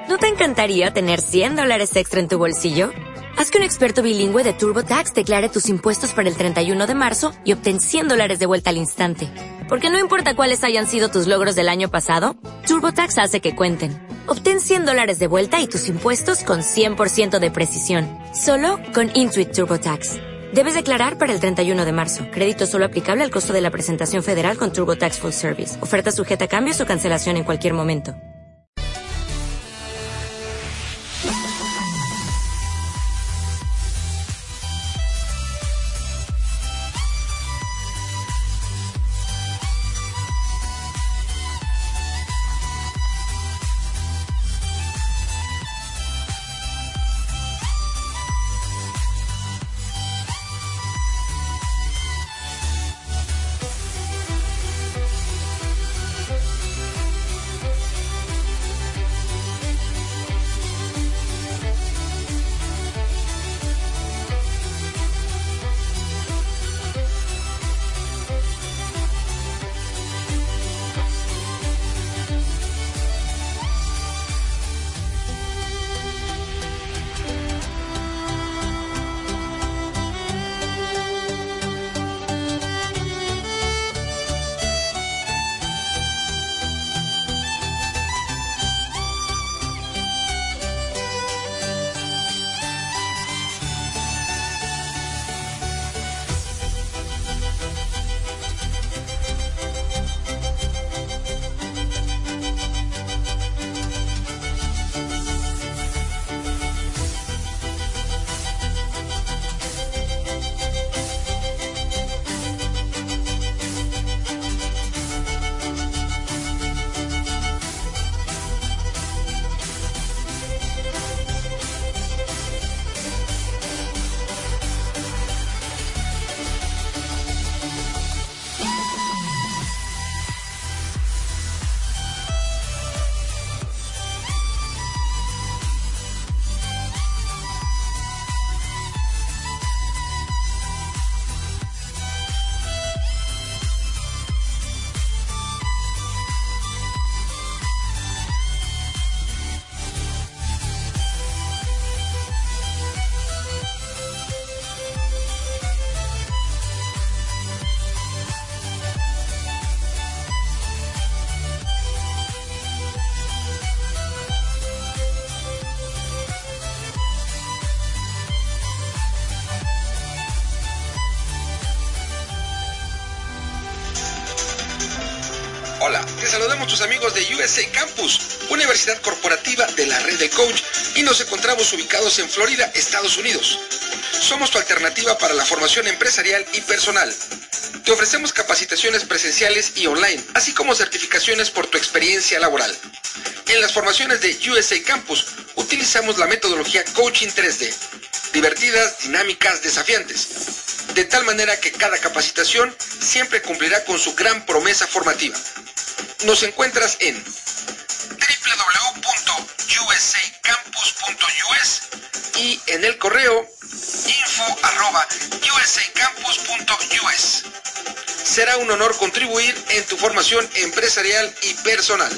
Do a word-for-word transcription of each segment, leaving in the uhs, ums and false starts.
¿No te encantaría tener cien dólares extra en tu bolsillo? Haz que un experto bilingüe de TurboTax declare tus impuestos para el treinta y uno de marzo y obtén cien dólares de vuelta al instante. Porque no importa cuáles hayan sido tus logros del año pasado, TurboTax hace que cuenten. Obtén cien dólares de vuelta y tus impuestos con cien por ciento de precisión. Solo con Intuit TurboTax. Debes declarar para el treinta y uno de marzo. Crédito solo aplicable al costo de la presentación federal con TurboTax Full Service. Oferta sujeta a cambios o cancelación en cualquier momento. Hola, te saludamos tus amigos de U S A Campus, Universidad Corporativa de la Red de Coach, y nos encontramos ubicados en Florida, Estados Unidos. Somos tu alternativa para la formación empresarial y personal. Te ofrecemos capacitaciones presenciales y online, así como certificaciones por tu experiencia laboral. En las formaciones de U S A Campus utilizamos la metodología Coaching tres D, divertidas, dinámicas, desafiantes, de tal manera que cada capacitación siempre cumplirá con su gran promesa formativa. Nos encuentras en doble u doble u doble u punto u s a campus punto u s y en el correo info arroba u s a campus punto u s. Será un honor contribuir en tu formación empresarial y personal.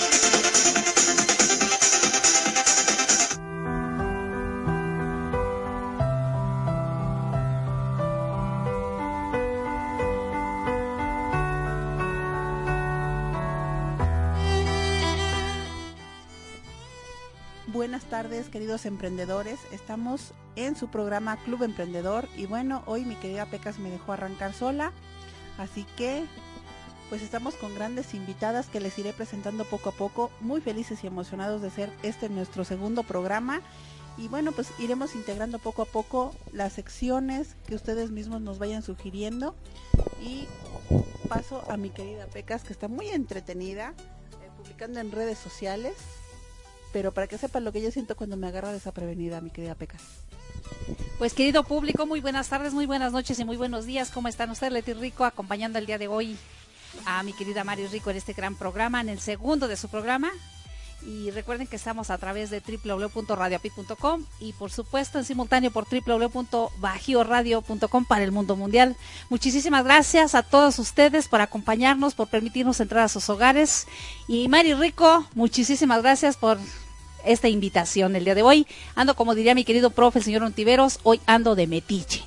Buenas tardes, queridos emprendedores. Estamos en su programa Club Emprendedor y bueno, hoy mi querida Pecas me dejó arrancar sola, así que pues estamos con grandes invitadas que les iré presentando poco a poco, muy felices y emocionados de ser este nuestro segundo programa. Y bueno, pues iremos integrando poco a poco las secciones que ustedes mismos nos vayan sugiriendo. Y paso a mi querida Pecas, que está muy entretenida, eh, publicando en redes sociales. Pero para que sepan lo que yo siento cuando me agarra desaprevenida, mi querida Pecas. Pues querido público, muy buenas tardes, muy buenas noches y muy buenos días. ¿Cómo están ustedes? Leti Rico acompañando el día de hoy a mi querida Mari Rico en este gran programa, en el segundo de su programa. Y recuerden que estamos a través de doble u doble u doble u punto radio apit punto com y por supuesto en simultáneo por doble u doble u doble u punto bajío radio punto com para el mundo mundial. Muchísimas gracias a todos ustedes por acompañarnos, por permitirnos entrar a sus hogares. Y Mari Rico, muchísimas gracias por esta invitación el día de hoy. Ando, como diría mi querido profe, el señor Ontiveros, hoy ando de metiche.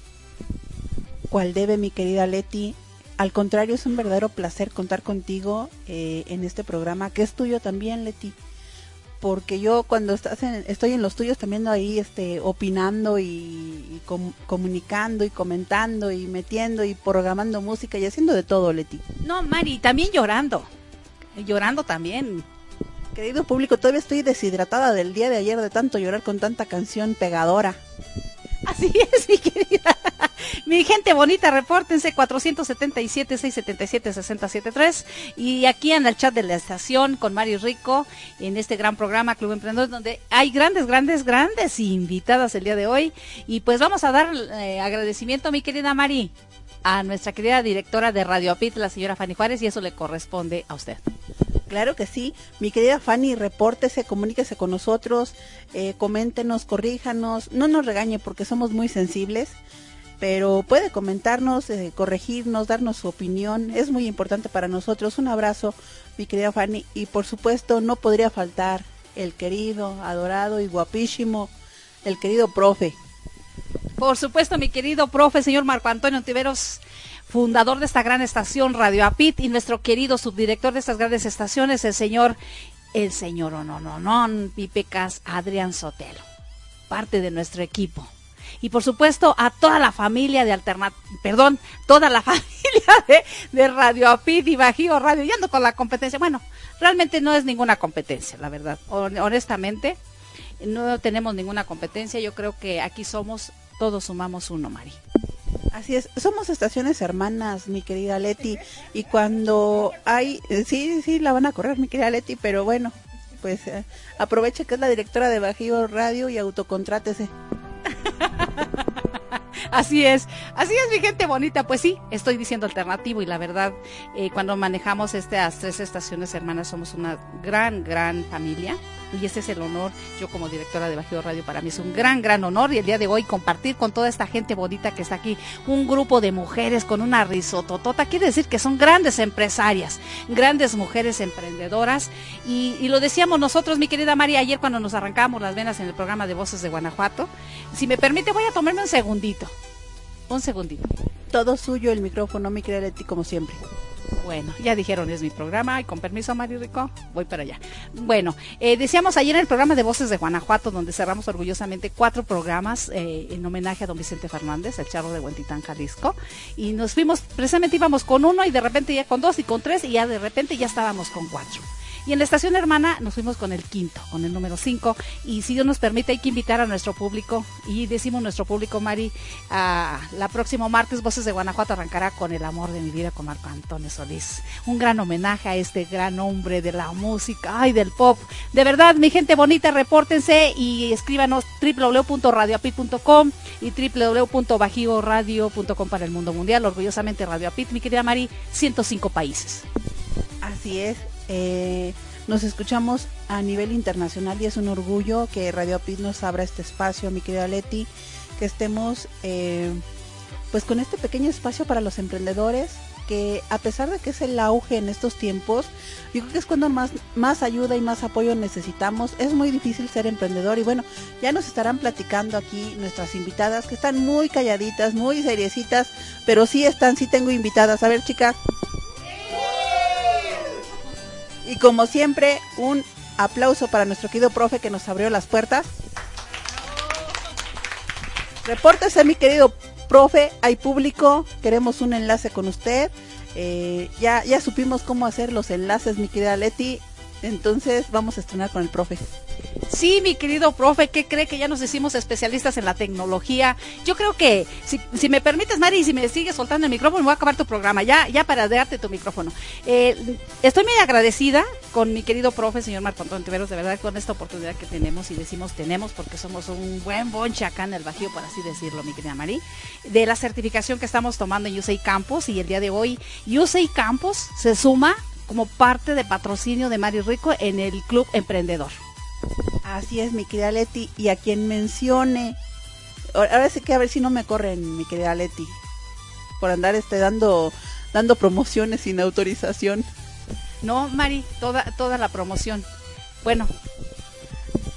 ¿Cuál debe, mi querida Leti? Al contrario, es un verdadero placer contar contigo eh, en este programa, que es tuyo también, Leti. Porque yo cuando estás en, estoy en los tuyos también ando ahí este, opinando y, y com, comunicando y comentando y metiendo y programando música y haciendo de todo, Leti. No, Mari, también llorando. Llorando también. Querido público, todavía estoy deshidratada del día de ayer de tanto llorar con tanta canción pegadora. Así es, mi querida. Mi gente bonita, repórtense cuatrocientos setenta y siete, seiscientos setenta y siete, sesenta setenta y tres y aquí en el chat de la estación con Mari Rico en este gran programa Club Emprendedor, donde hay grandes, grandes, grandes invitadas el día de hoy. Y pues vamos a dar eh, agradecimiento, mi querida Mari, a nuestra querida directora de Radio Apit, la señora Fanny Juárez, y eso le corresponde a usted. Claro que sí, mi querida Fanny, repórtese, comuníquese con nosotros, eh, coméntenos, corríjanos, no nos regañe porque somos muy sensibles, pero puede comentarnos, eh, corregirnos, darnos su opinión, es muy importante para nosotros. Un abrazo, mi querida Fanny, y por supuesto no podría faltar el querido, adorado y guapísimo, el querido profe. Por supuesto, mi querido profe, señor Marco Antonio Ontiveros, fundador de esta gran estación Radio Apit, y nuestro querido subdirector de estas grandes estaciones, el señor, el señor, no, no, no, no, Pipecas, Adrián Sotelo, parte de nuestro equipo. Y por supuesto a toda la familia de Alternat, perdón, toda la familia de, de Radio Apit y Bajío Radio, y ando con la competencia. Bueno, realmente no es ninguna competencia, la verdad, honestamente, no tenemos ninguna competencia. Yo creo que aquí somos, todos sumamos uno, Mari. Así es, somos estaciones hermanas, mi querida Leti, y cuando hay, sí, sí, la van a correr, mi querida Leti, pero bueno, pues eh, aproveche que es la directora de Bajío Radio y autocontrátese. Así es, así es, mi gente bonita. Pues sí, estoy diciendo alternativo, y la verdad, eh, cuando manejamos estas tres estaciones hermanas somos una gran, gran familia, y ese es el honor. Yo como directora de Bajío Radio, para mí es un gran, gran honor, y el día de hoy compartir con toda esta gente bonita que está aquí, un grupo de mujeres con una risototota, quiere decir que son grandes empresarias, grandes mujeres emprendedoras, y, y lo decíamos nosotros, mi querida María, ayer cuando nos arrancábamos las venas en el programa de Voces de Guanajuato. Si me permite, voy a tomarme un segundito, un segundito. Todo suyo el micrófono, mi querida Leti, como siempre. Bueno, ya dijeron, es mi programa, y con permiso, Mari Rico, voy para allá. Bueno, eh, decíamos ayer en el programa de Voces de Guanajuato, donde cerramos orgullosamente cuatro programas eh, en homenaje a don Vicente Fernández, el charro de Huentitán, Jalisco, y nos fuimos, precisamente íbamos con uno, y de repente ya con dos, y con tres, y ya de repente ya estábamos con cuatro. Y en la estación hermana nos fuimos con el quinto, con el número cinco, y si Dios nos permite hay que invitar a nuestro público, y decimos nuestro público, Mari, a la próximo martes Voces de Guanajuato arrancará con El amor de mi vida con Marco Antonio Solís, un gran homenaje a este gran hombre de la música, ay, del pop. De verdad, mi gente bonita, repórtense y escríbanos doble u doble u doble u punto radio apit punto com y doble u doble u doble u punto bajío radio punto com para el mundo mundial. Orgullosamente Radio Apit, mi querida Mari, ciento cinco países. Así es. Eh, nos escuchamos a nivel internacional y es un orgullo que Radio Apit nos abra este espacio, mi querida Leti, que estemos eh, pues con este pequeño espacio para los emprendedores, que a pesar de que es el auge en estos tiempos, yo creo que es cuando más, más ayuda y más apoyo necesitamos. Es muy difícil ser emprendedor, y bueno, ya nos estarán platicando aquí nuestras invitadas, que están muy calladitas, muy seriecitas, pero sí están, sí tengo invitadas. A ver, chicas. Y como siempre, un aplauso para nuestro querido profe que nos abrió las puertas. Repórtese, mi querido profe, hay público, queremos un enlace con usted. Eh, ya, ya supimos cómo hacer los enlaces, mi querida Leti, entonces vamos a estrenar con el profe. Sí, mi querido profe, ¿qué cree? Que ya nos hicimos especialistas en la tecnología. Yo creo que, si, si me permites, Mari, y si me sigues soltando el micrófono, me voy a acabar tu programa, ya, ya para darte tu micrófono. Eh, estoy muy agradecida con mi querido profe, señor Marco Antonio Ontiveros, de verdad, con esta oportunidad que tenemos, y decimos tenemos porque somos un buen bonche acá en el Bajío, por así decirlo, mi querida Mari, de la certificación que estamos tomando en U S A Campus, y el día de hoy U S A Campus se suma como parte de patrocinio de Mari Rico en el Club Emprendedor. Así es, mi querida Leti, y a quien mencione, ahora sí que a ver si no me corren, mi querida Leti, por andar este dando dando promociones sin autorización. No, Mari, toda toda la promoción. Bueno,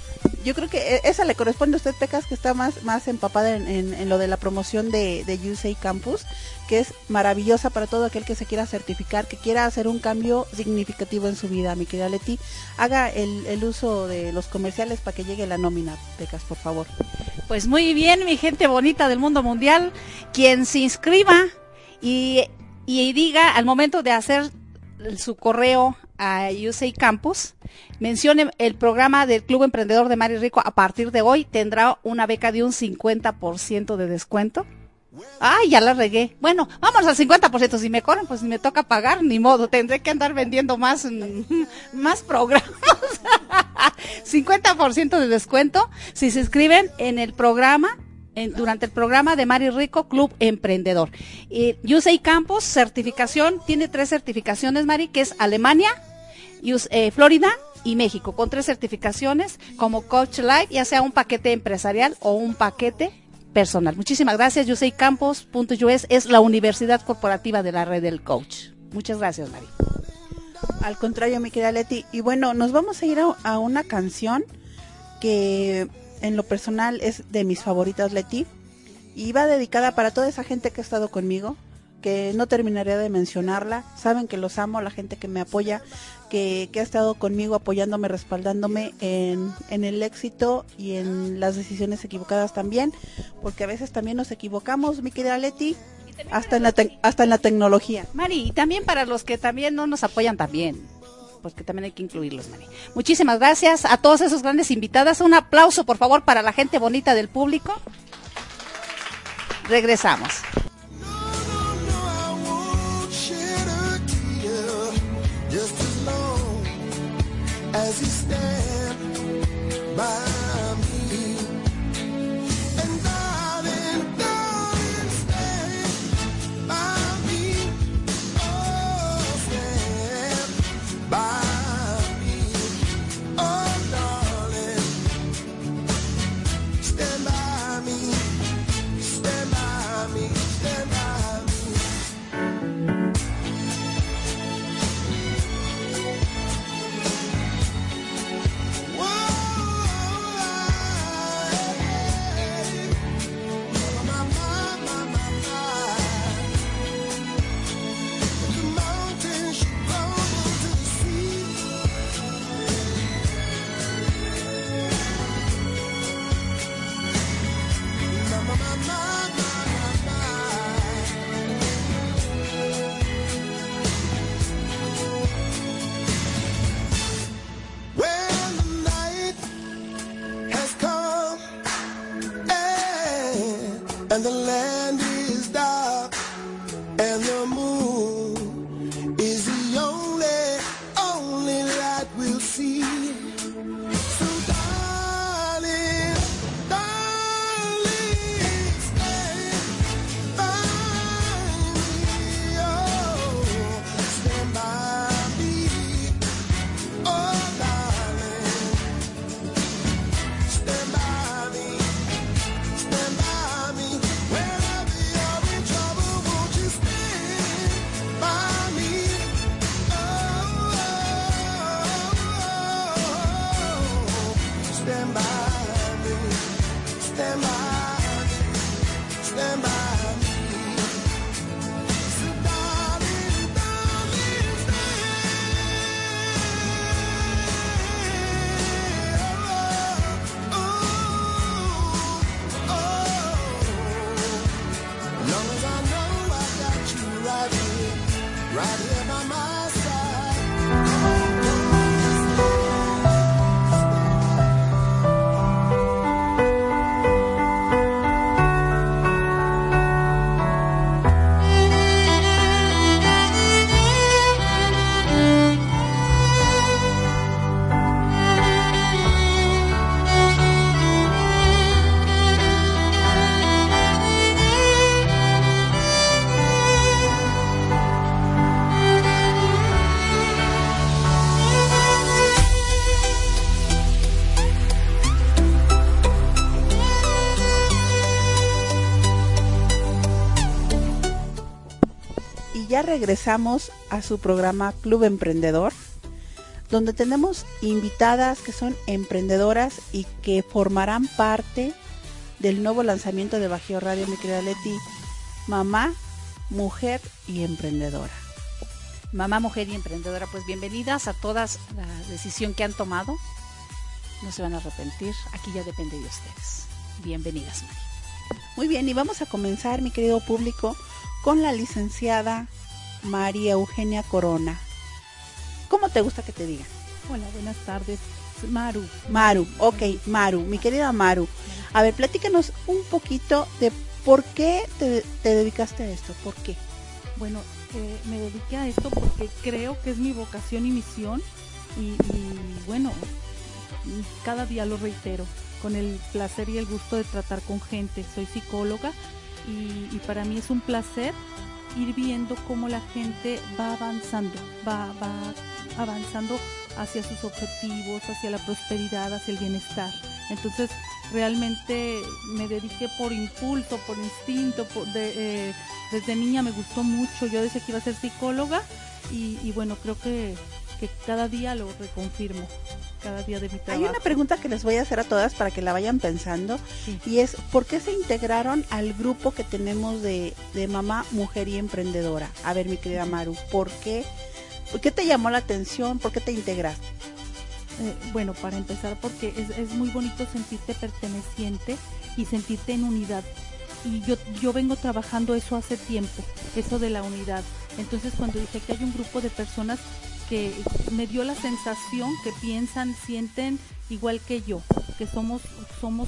yo creo que esa le corresponde a usted, Pecas, que está más, más empapada en, en, en lo de la promoción de, de U S A Campus, que es maravillosa para todo aquel que se quiera certificar, que quiera hacer un cambio significativo en su vida. Mi querida Leti, haga el, el uso de los comerciales para que llegue la nómina, Pecas, por favor. Pues muy bien, mi gente bonita del mundo mundial, quien se inscriba y, y diga al momento de hacer su correo a U S A Campus, mencione el programa del Club Emprendedor de Mari Rico, a partir de hoy tendrá una beca de un cincuenta por ciento de descuento. Ay, ya la regué. Bueno, vamos al cincuenta por ciento, si me corren, pues me toca pagar, ni modo, tendré que andar vendiendo más, más programas. cincuenta por ciento de descuento si se inscriben en el programa, en, durante el programa de Mari Rico Club Emprendedor. Eh, U S A Campus, certificación, tiene tres certificaciones, Mari, que es Alemania, US, eh, Florida y México, con tres certificaciones como Coach Live, ya sea un paquete empresarial o un paquete personal. Muchísimas gracias. U S A Campus punto U S es la universidad corporativa de la red del coach. Muchas gracias, Mari. Al contrario, mi querida Leti. Y bueno, nos vamos a ir a, a una canción que en lo personal es de mis favoritas, Leti, y va dedicada para toda esa gente que ha estado conmigo, que no terminaría de mencionarla. Saben que los amo, la gente que me apoya, que, que ha estado conmigo apoyándome, respaldándome en, en el éxito y en las decisiones equivocadas también, porque a veces también nos equivocamos, mi querida Leti, hasta en la te- hasta en la tecnología. Mari, y también para los que también no nos apoyan también, pues que también hay que incluirlos, Mari. Muchísimas gracias a todos esos grandes invitadas. Un aplauso, por favor, para la gente bonita del público. Regresamos. As you stand by me, and darling, darling, stand by me, oh, stand by me, oh, darling, stand by me, stand by me, stand by me. And the land is dark, and the moon is the only, only light we'll see. So darling, darling, stand by me, oh, stand by me, oh, darling, stand by me, stand by me. Wherever you're in trouble, won't you stand by me? Oh, oh, oh, stand by me, stand by me, stand by me. So darling, darling, stand. Oh, oh, oh. Long as I know I got you right here, right here by my side. Come on, Y ya regresamos a su programa Club Emprendedor, donde tenemos invitadas que son emprendedoras y que formarán parte del nuevo lanzamiento de Bajío Radio, mi querida Leti. Mamá, mujer y emprendedora. Mamá, mujer y emprendedora, pues bienvenidas a todas la decisión que han tomado. No se van a arrepentir, aquí ya depende de ustedes. Bienvenidas, Mari. Muy bien, y vamos a comenzar, mi querido público, con la licenciada María Eugenia Corona. ¿Cómo te gusta que te digan? Hola, buenas tardes. Maru. Maru, ok, Maru, mi querida Maru. A ver, platícanos un poquito de por qué te, te dedicaste a esto, ¿por qué? Bueno, eh, me dediqué a esto porque creo que es mi vocación y misión y, y bueno, cada día lo reitero, con el placer y el gusto de tratar con gente. Soy psicóloga y, y para mí es un placer ir viendo cómo la gente va avanzando, va, va avanzando hacia sus objetivos, hacia la prosperidad, hacia el bienestar. Entonces, realmente me dediqué por impulso, por instinto, por de, eh, desde niña me gustó mucho. Yo decía que iba a ser psicóloga y, y bueno, creo que, que cada día lo reconfirmo, cada día de mi trabajo. Hay una pregunta que les voy a hacer a todas para que la vayan pensando, Sí. y es, ¿por qué se integraron al grupo que tenemos de, de Mamá, Mujer y Emprendedora? A ver, mi querida Maru, ¿por qué? ¿Por qué te llamó la atención? ¿Por qué te integraste? Eh, bueno, para empezar, porque es, es muy bonito sentirte perteneciente y sentirte en unidad. Y yo, yo vengo trabajando eso hace tiempo, eso de la unidad. Entonces, cuando dije que hay un grupo de personas que me dio la sensación que piensan, sienten igual que yo, que somos, somos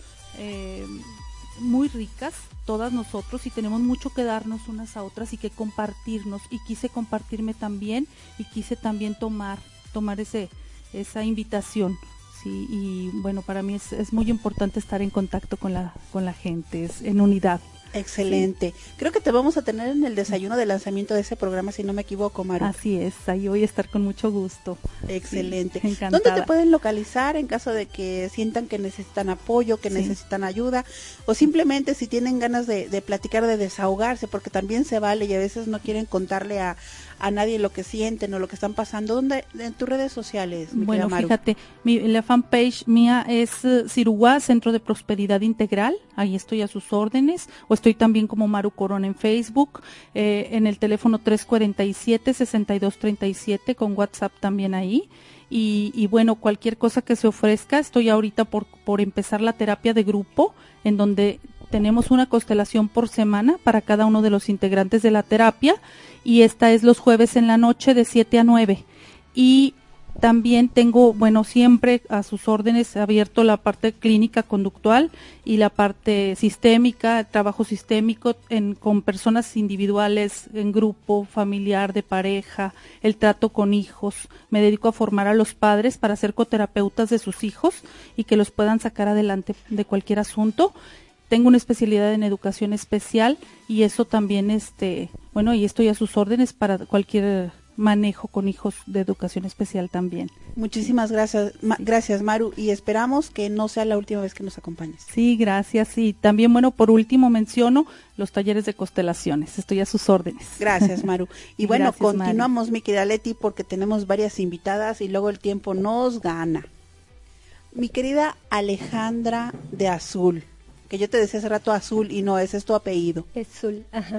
eh, muy ricas, todas nosotros, y tenemos mucho que darnos unas a otras y que compartirnos. Y quise compartirme también y quise también tomar, tomar ese... esa invitación, sí, y bueno, para mí es, es muy importante estar en contacto con la con la gente, es en unidad. Excelente. Sí. Creo que te vamos a tener en el desayuno de lanzamiento de ese programa, si no me equivoco, Maru. Así es, ahí voy a estar con mucho gusto. Excelente. Sí, encantada. ¿Dónde te pueden localizar en caso de que sientan que necesitan apoyo, que sí. necesitan ayuda, o simplemente si tienen ganas de, de platicar, de desahogarse, porque también se vale y a veces no quieren contarle a, a nadie lo que sienten o lo que están pasando? ¿Dónde? En tus redes sociales, mi Bueno, Maru. Fíjate, mi, la fanpage mía es uh, Ciruguá, Centro de Prosperidad Integral, ahí estoy a sus órdenes, o estoy también como Maru Corona en Facebook, eh, en el teléfono tres cuatro siete, seis dos tres siete, con WhatsApp también ahí. Y, y bueno, cualquier cosa que se ofrezca, estoy ahorita por, por empezar la terapia de grupo, en donde tenemos una constelación por semana para cada uno de los integrantes de la terapia, y esta es los jueves en la noche de siete a nueve. Y también tengo, bueno, siempre a sus órdenes abierto la parte clínica conductual y la parte sistémica, trabajo sistémico en, con personas individuales, en grupo, familiar, de pareja, el trato con hijos. Me dedico a formar a los padres para ser coterapeutas de sus hijos y que los puedan sacar adelante de cualquier asunto. Tengo una especialidad en educación especial y eso también, este, bueno, y estoy a sus órdenes para cualquier manejo con hijos de educación especial también. Muchísimas gracias, ma, gracias Maru, y esperamos que no sea la última vez que nos acompañes. Sí, gracias. Y también, bueno, por último menciono los talleres de constelaciones. Estoy a sus órdenes. Gracias, Maru. Y bueno, Gracias, continuamos, Mari. mi querida Leti, porque tenemos varias invitadas y luego el tiempo nos gana. Mi querida Alejandra de Azul, que yo te decía hace rato Azul y no, ese es tu apellido. Azul, ajá.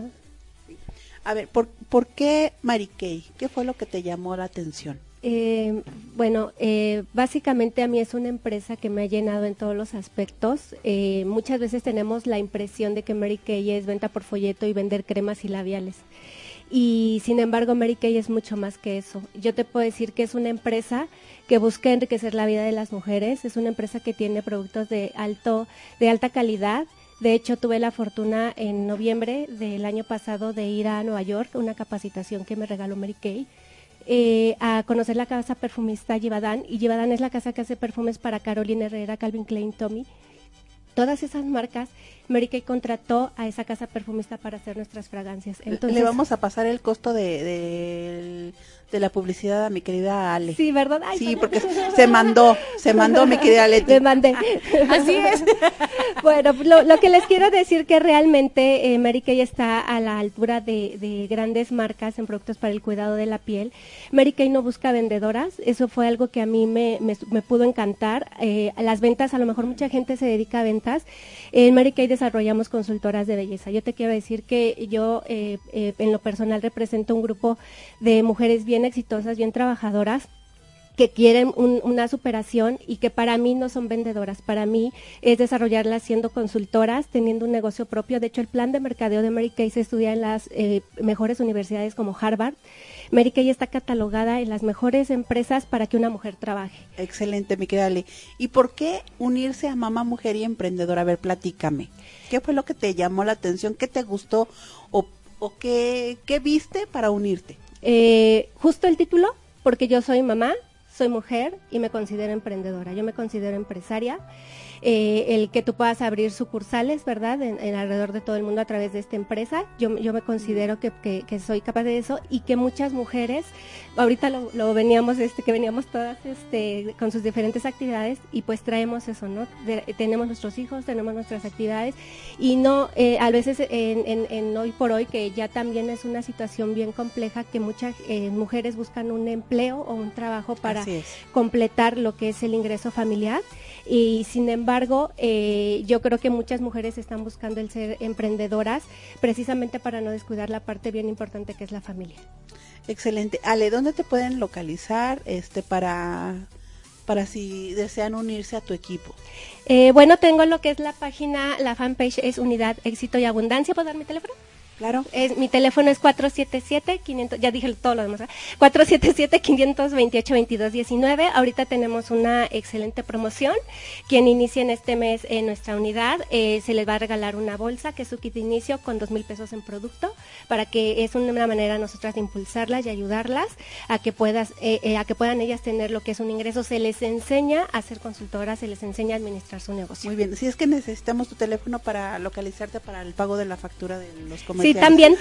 A ver, ¿por, ¿por qué Mary Kay? ¿Qué fue lo que te llamó la atención? Eh, bueno, eh, básicamente a mí es una empresa que me ha llenado en todos los aspectos. Eh, muchas veces tenemos la impresión de que Mary Kay es venta por folleto y vender cremas y labiales. Y sin embargo, Mary Kay es mucho más que eso. Yo te puedo decir que es una empresa que busca enriquecer la vida de las mujeres. Es una empresa que tiene productos de alto, de alta calidad. De hecho, tuve la fortuna en noviembre del año pasado de ir a Nueva York, una capacitación que me regaló Mary Kay, eh, a conocer la casa perfumista Givaudan. Y Givaudan es la casa que hace perfumes para Carolina Herrera, Calvin Klein, Tommy. Todas esas marcas Mary Kay contrató a esa casa perfumista para hacer nuestras fragancias. Entonces, le vamos a pasar el costo de, de, de la publicidad a mi querida Ale. Sí, ¿verdad? Ay, sí, bueno. porque se mandó, se mandó mi querida Leti. Me mandé. Así es. Bueno, lo, lo que les quiero decir que realmente eh, Mary Kay está a la altura de, de grandes marcas en productos para el cuidado de la piel. Mary Kay no busca vendedoras, eso fue algo que a mí me, me, me pudo encantar. Eh, las ventas, a lo mejor mucha gente se dedica a ventas. En Mary Kay desarrollamos consultoras de belleza. Yo te quiero decir que yo eh, eh, en lo personal represento un grupo de mujeres bien exitosas, bien trabajadoras, que quieren un, una superación y que para mí no son vendedoras, para mí es desarrollarlas siendo consultoras, teniendo un negocio propio. De hecho, el plan de mercadeo de Mary Kay se estudia en las eh, mejores universidades como Harvard. Mary Kay está catalogada en las mejores empresas para que una mujer trabaje. Excelente, mi querida Ale. ¿Y por qué unirse a Mamá Mujer y Emprendedora? A ver, platícame. ¿Qué fue lo que te llamó la atención? ¿Qué te gustó? ¿O, o qué, qué viste para unirte? Eh, justo el título, porque yo soy mamá, soy mujer y me considero emprendedora, yo me considero empresaria. Eh, el que tú puedas abrir sucursales, ¿verdad?, en, en alrededor de todo el mundo a través de esta empresa, yo, yo me considero que, que, que soy capaz de eso y que muchas mujeres, ahorita lo, lo veníamos, este, que veníamos todas este, con sus diferentes actividades y pues traemos eso, ¿no? De, tenemos nuestros hijos, tenemos nuestras actividades y no, eh, a veces en, en, en hoy por hoy, que ya también es una situación bien compleja, que muchas eh, mujeres buscan un empleo o un trabajo para completar lo que es el ingreso familiar y sin embargo eh, yo creo que muchas mujeres están buscando el ser emprendedoras precisamente para no descuidar la parte bien importante que es la familia. Excelente. Ale, ¿dónde te pueden localizar este para para si desean unirse a tu equipo? Eh, bueno, tengo lo que es la página, la fanpage es Unidad, Éxito y Abundancia. ¿Puedo dar mi teléfono? Claro. Es, mi teléfono es cuatro siete siete, quinientos, ya dije todo lo demás, ¿eh? cuatro siete siete, quinientos veintiocho, veintidós diecinueve. Ahorita tenemos una excelente promoción. Quien inicie en este mes en nuestra unidad, eh, se les va a regalar una bolsa que es su kit de inicio con dos mil pesos en producto, para que es una manera nosotras de impulsarlas y ayudarlas a que puedas, eh, eh, a que puedan ellas tener lo que es un ingreso. Se les enseña a ser consultoras, se les enseña a administrar su negocio. Muy bien. Si es que necesitamos tu teléfono para localizarte para el pago de la factura de los comerciales. Sí, también.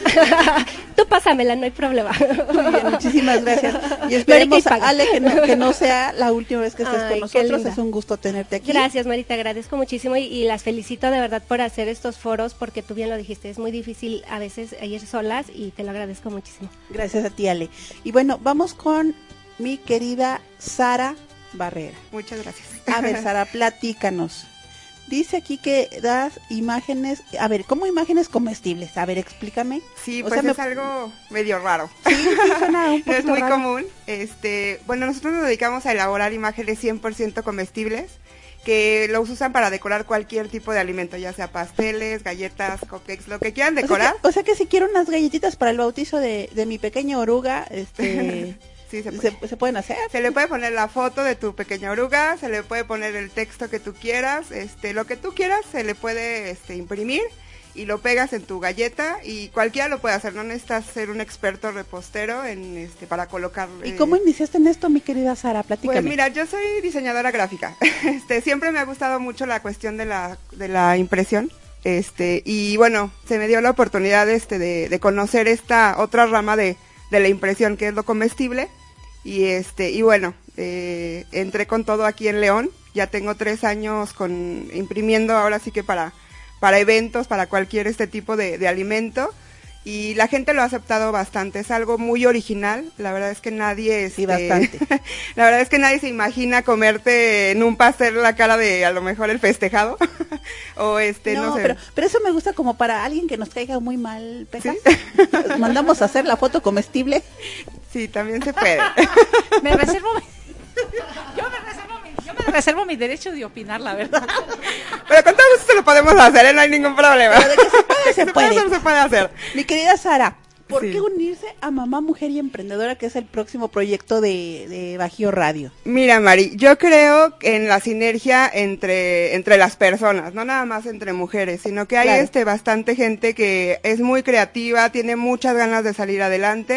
Tú pásamela, no hay problema. Muy bien, muchísimas gracias. Y esperemos, Ale, que no, que no sea la última vez que estés Ay, con nosotros. Es un gusto tenerte aquí. Gracias, Mari, te agradezco muchísimo y, y las felicito de verdad por hacer estos foros, porque tú bien lo dijiste, es muy difícil a veces ir solas y te lo agradezco muchísimo. Gracias a ti, Ale. Y bueno, vamos con mi querida Sara Barrera. Muchas gracias. A ver, Sara, platícanos. Dice aquí que das imágenes, a ver, ¿cómo imágenes comestibles? A ver, explícame. Sí, o pues sea, es me... algo medio raro. Sí, sí, suena un no es muy raro. común. Este, bueno, nosotros nos dedicamos a elaborar imágenes cien por ciento comestibles que los usan para decorar cualquier tipo de alimento, ya sea pasteles, galletas, cupcakes, lo que quieran decorar. O sea que, o sea que si quiero unas galletitas para el bautizo de, de mi pequeña oruga, este... Sí, se, puede. ¿Se, ¿Se pueden hacer? Se le puede poner la foto de tu pequeña oruga, se le puede poner el texto que tú quieras, este, lo que tú quieras, se le puede este, imprimir y lo pegas en tu galleta y cualquiera lo puede hacer, no necesitas ser un experto repostero en este para colocar. ¿Y cómo iniciaste en esto, mi querida Sara? Platícame. Pues mira, yo soy diseñadora gráfica. Este, siempre me ha gustado mucho la cuestión de la de la impresión. Este, y bueno, se me dio la oportunidad este de, de conocer esta otra rama de de la impresión, que es lo comestible. Y este y bueno, eh, entré con todo aquí en León. Ya tengo tres años con imprimiendo ahora sí que para para eventos, para cualquier este tipo de, de alimento. Y la gente lo ha aceptado bastante. Es algo muy original. La verdad es que nadie este, sí, bastante. La verdad es que nadie se imagina comerte en un pastel la cara de a lo mejor el festejado. O este no, no sé. Pero, pero eso me gusta como para alguien que nos caiga muy mal, Pecas. ¿Sí? Mandamos a hacer la foto comestible. Sí, también se puede. Me reservo yo me reservo mi, yo me reservo mi derecho de opinar, la verdad. Pero con todo gusto se lo podemos hacer, ¿eh? No hay ningún problema. Pero de que se puede, se, se puede. puede. Se puede hacer. Mi querida Sara, ¿por sí. qué unirse a Mamá Mujer y Emprendedora, que es el próximo proyecto de, de Bajío Radio? Mira, Mari, yo creo en la sinergia entre entre las personas, no nada más entre mujeres, sino que hay claro. este bastante gente que es muy creativa, tiene muchas ganas de salir adelante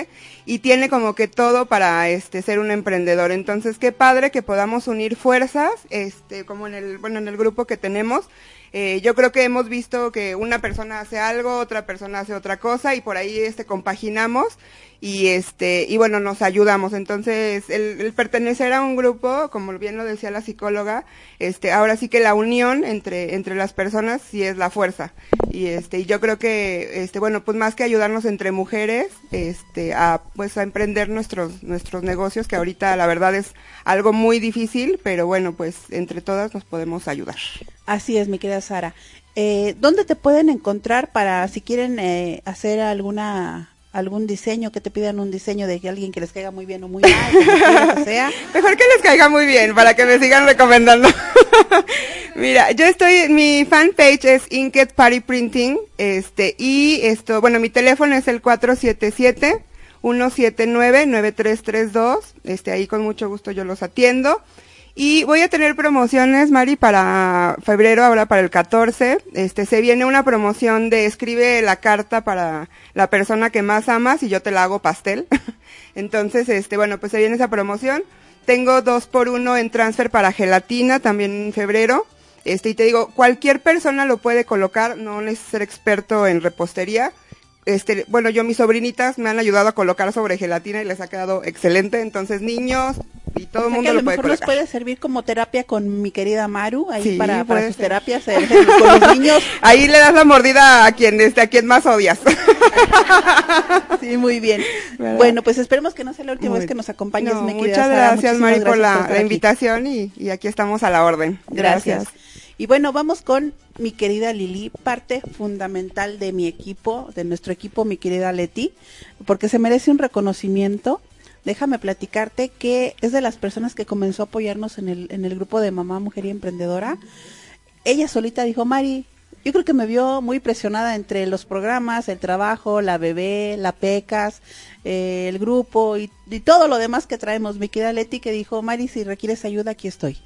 y tiene como que todo para este ser un emprendedor. Entonces, qué padre que podamos unir fuerzas, este, como en el, bueno, en el grupo que tenemos. Eh, yo creo que hemos visto que una persona hace algo, otra persona hace otra cosa y por ahí este compaginamos y este y bueno, nos ayudamos. Entonces, el, el pertenecer a un grupo, como bien lo decía la psicóloga, este ahora sí que la unión entre entre las personas sí es la fuerza. Y este y yo creo que este bueno, pues más que ayudarnos entre mujeres, este a pues a emprender nuestros nuestros negocios, que ahorita la verdad es algo muy difícil, pero bueno, pues entre todas nos podemos ayudar. Así es, mi querida Sara. Eh, ¿Dónde te pueden encontrar para si quieren eh, hacer alguna algún diseño, que te pidan un diseño de que alguien que les caiga muy bien o muy mal, como quiera que sea? Mejor que les caiga muy bien, para que me sigan recomendando. Mira, yo estoy, mi fanpage es Inked Party Printing, este, y esto, bueno, mi teléfono es el cuatro siete siete, uno siete nueve, nueve tres tres dos, este, ahí con mucho gusto yo los atiendo. Y voy a tener promociones, Mari, para febrero, ahora para el catorce. Este, se viene una promoción de escribe la carta para la persona que más amas y yo te la hago pastel. Entonces, este, bueno, pues se viene esa promoción. Tengo dos por uno en transfer para gelatina también en febrero. Este, y te digo, cualquier persona lo puede colocar, no necesitas ser experto en repostería. Este, bueno, yo mis sobrinitas me han ayudado a colocar sobre gelatina y les ha quedado excelente. Entonces, niños y todo el O sea, mundo que a lo lo puede mejor nos colocar. puede servir como terapia con mi querida Maru, ahí Sí, para, para puede sus ser. terapias eh, con los niños. Ahí le das la mordida a quien este, a quien más odias. Sí, muy bien. ¿Verdad? Bueno, pues esperemos que no sea la última Muy vez que nos acompañes, No, mi querida muchas Sara. gracias, Muchísimas Mari, por gracias la, estar la aquí. invitación y, y aquí estamos a la orden. Gracias. Y bueno, vamos con mi querida Lili, parte fundamental de mi equipo, de nuestro equipo, mi querida Leti, porque se merece un reconocimiento. Déjame platicarte que es de las personas que comenzó a apoyarnos en el, en el grupo de Mamá, Mujer y Emprendedora. Ella solita dijo, Mari, yo creo que me vio muy presionada entre los programas, el trabajo, la bebé, la PECAS, eh, el grupo y, y todo lo demás que traemos. Mi querida Leti, que dijo, Mari, si requieres ayuda, aquí estoy.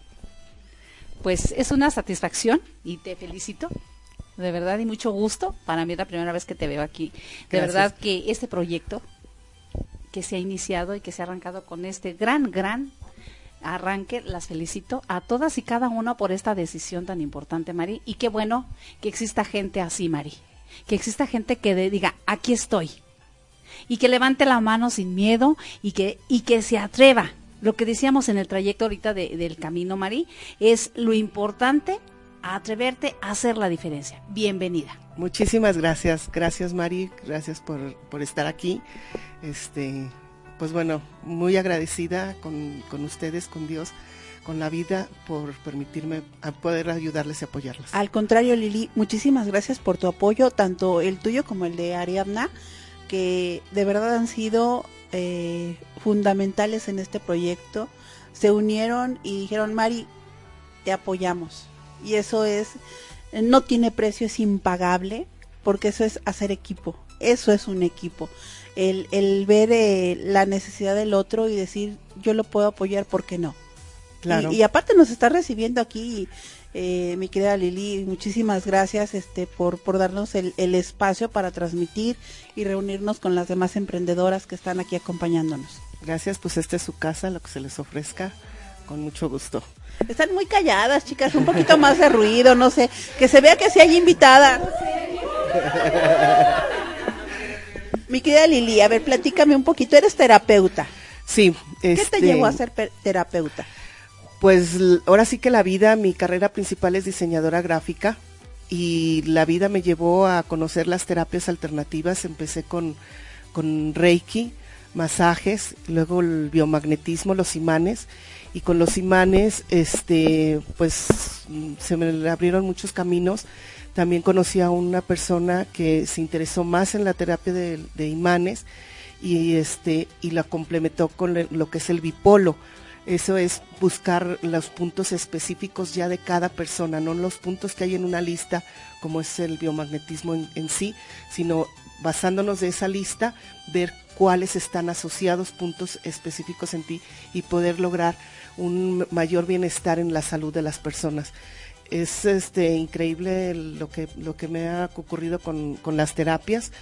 Pues es una satisfacción y te felicito, de verdad, y mucho gusto. Para mí es la primera vez que te veo aquí. De Gracias. verdad que este proyecto que se ha iniciado y que se ha arrancado con este gran, gran arranque, las felicito a todas y cada una por esta decisión tan importante, Mari. Y qué bueno que exista gente así, Mari. Que exista gente que de- diga, aquí estoy. Y que levante la mano sin miedo y que, y que se atreva. Lo que decíamos en el trayecto ahorita de- del camino, Mari, es lo importante, a atreverte a hacer la diferencia. Bienvenida. Muchísimas gracias, gracias Mari, gracias por, por estar aquí. Este, pues bueno, muy agradecida con, con ustedes, con Dios, con la vida, por permitirme a poder ayudarles y apoyarlos. Al contrario, Lili, muchísimas gracias por tu apoyo, tanto el tuyo como el de Ariadna, que de verdad han sido eh, fundamentales en este proyecto. Se unieron y dijeron, Mari, te apoyamos. Y eso es, no tiene precio, es impagable, porque eso es hacer equipo, eso es un equipo. El, el ver eh, la necesidad del otro y decir, yo lo puedo apoyar, ¿por qué no? Claro. Y, y aparte nos está recibiendo aquí eh, mi querida Lili, muchísimas gracias este por, por darnos el, el espacio para transmitir y reunirnos con las demás emprendedoras que están aquí acompañándonos. Gracias, pues esta es su casa, lo que se les ofrezca, con mucho gusto. Están muy calladas, chicas, un poquito más de ruido, no sé, que se vea que sí hay invitada. Mi querida Lili, a ver, platícame un poquito, eres terapeuta. Sí. ¿Qué este, te llevó a ser per- terapeuta? Pues l- ahora sí que la vida, mi carrera principal es diseñadora gráfica y la vida me llevó a conocer las terapias alternativas. Empecé con, con Reiki, masajes, luego el biomagnetismo, los imanes, y con los imanes este pues mm, se me abrieron muchos caminos. También conocí a una persona que se interesó más en la terapia de, de imanes y este y la complementó con le- lo que es el bipolo. Eso es buscar los puntos específicos ya de cada persona, no los puntos que hay en una lista como es el biomagnetismo en, en sí, sino basándonos de esa lista, ver cuáles están asociados, puntos específicos en ti y poder lograr un mayor bienestar en la salud de las personas. Es este increíble lo que lo que me ha ocurrido con, con las terapias.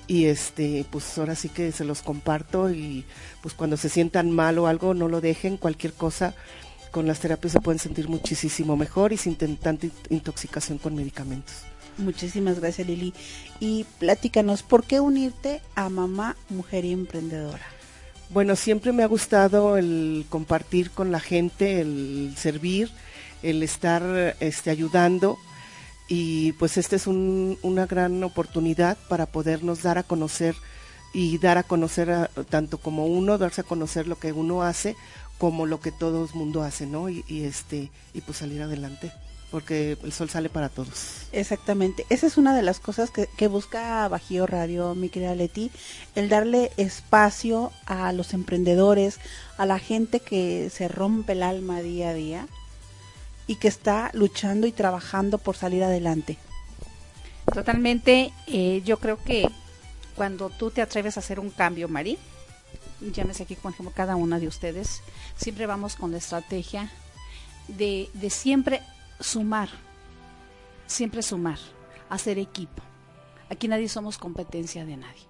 y este pues ahora sí que se los comparto, y pues cuando se sientan mal o algo, no lo dejen, cualquier cosa, con las terapias se pueden sentir muchísimo mejor y sin tanta intoxicación con medicamentos. Muchísimas gracias, Lili. Y platícanos, ¿por qué unirte a Mamá Mujer y Emprendedora? Bueno, siempre me ha gustado el compartir con la gente, el servir, el estar este, ayudando, y pues esta es un, una gran oportunidad para podernos dar a conocer y dar a conocer a, tanto como uno, darse a conocer lo que uno hace, como lo que todo el mundo hace, ¿no? Y, y este y pues salir adelante, porque el sol sale para todos. Exactamente, esa es una de las cosas que, que busca Bajío Radio, mi querida Leti, el darle espacio a los emprendedores, a la gente que se rompe el alma día a día y que está luchando y trabajando por salir adelante. Totalmente, eh, yo creo que cuando tú te atreves a hacer un cambio, Mari, llámese aquí, por ejemplo, cada una de ustedes, siempre vamos con la estrategia de, de siempre sumar, siempre sumar, hacer equipo. Aquí nadie somos competencia de nadie.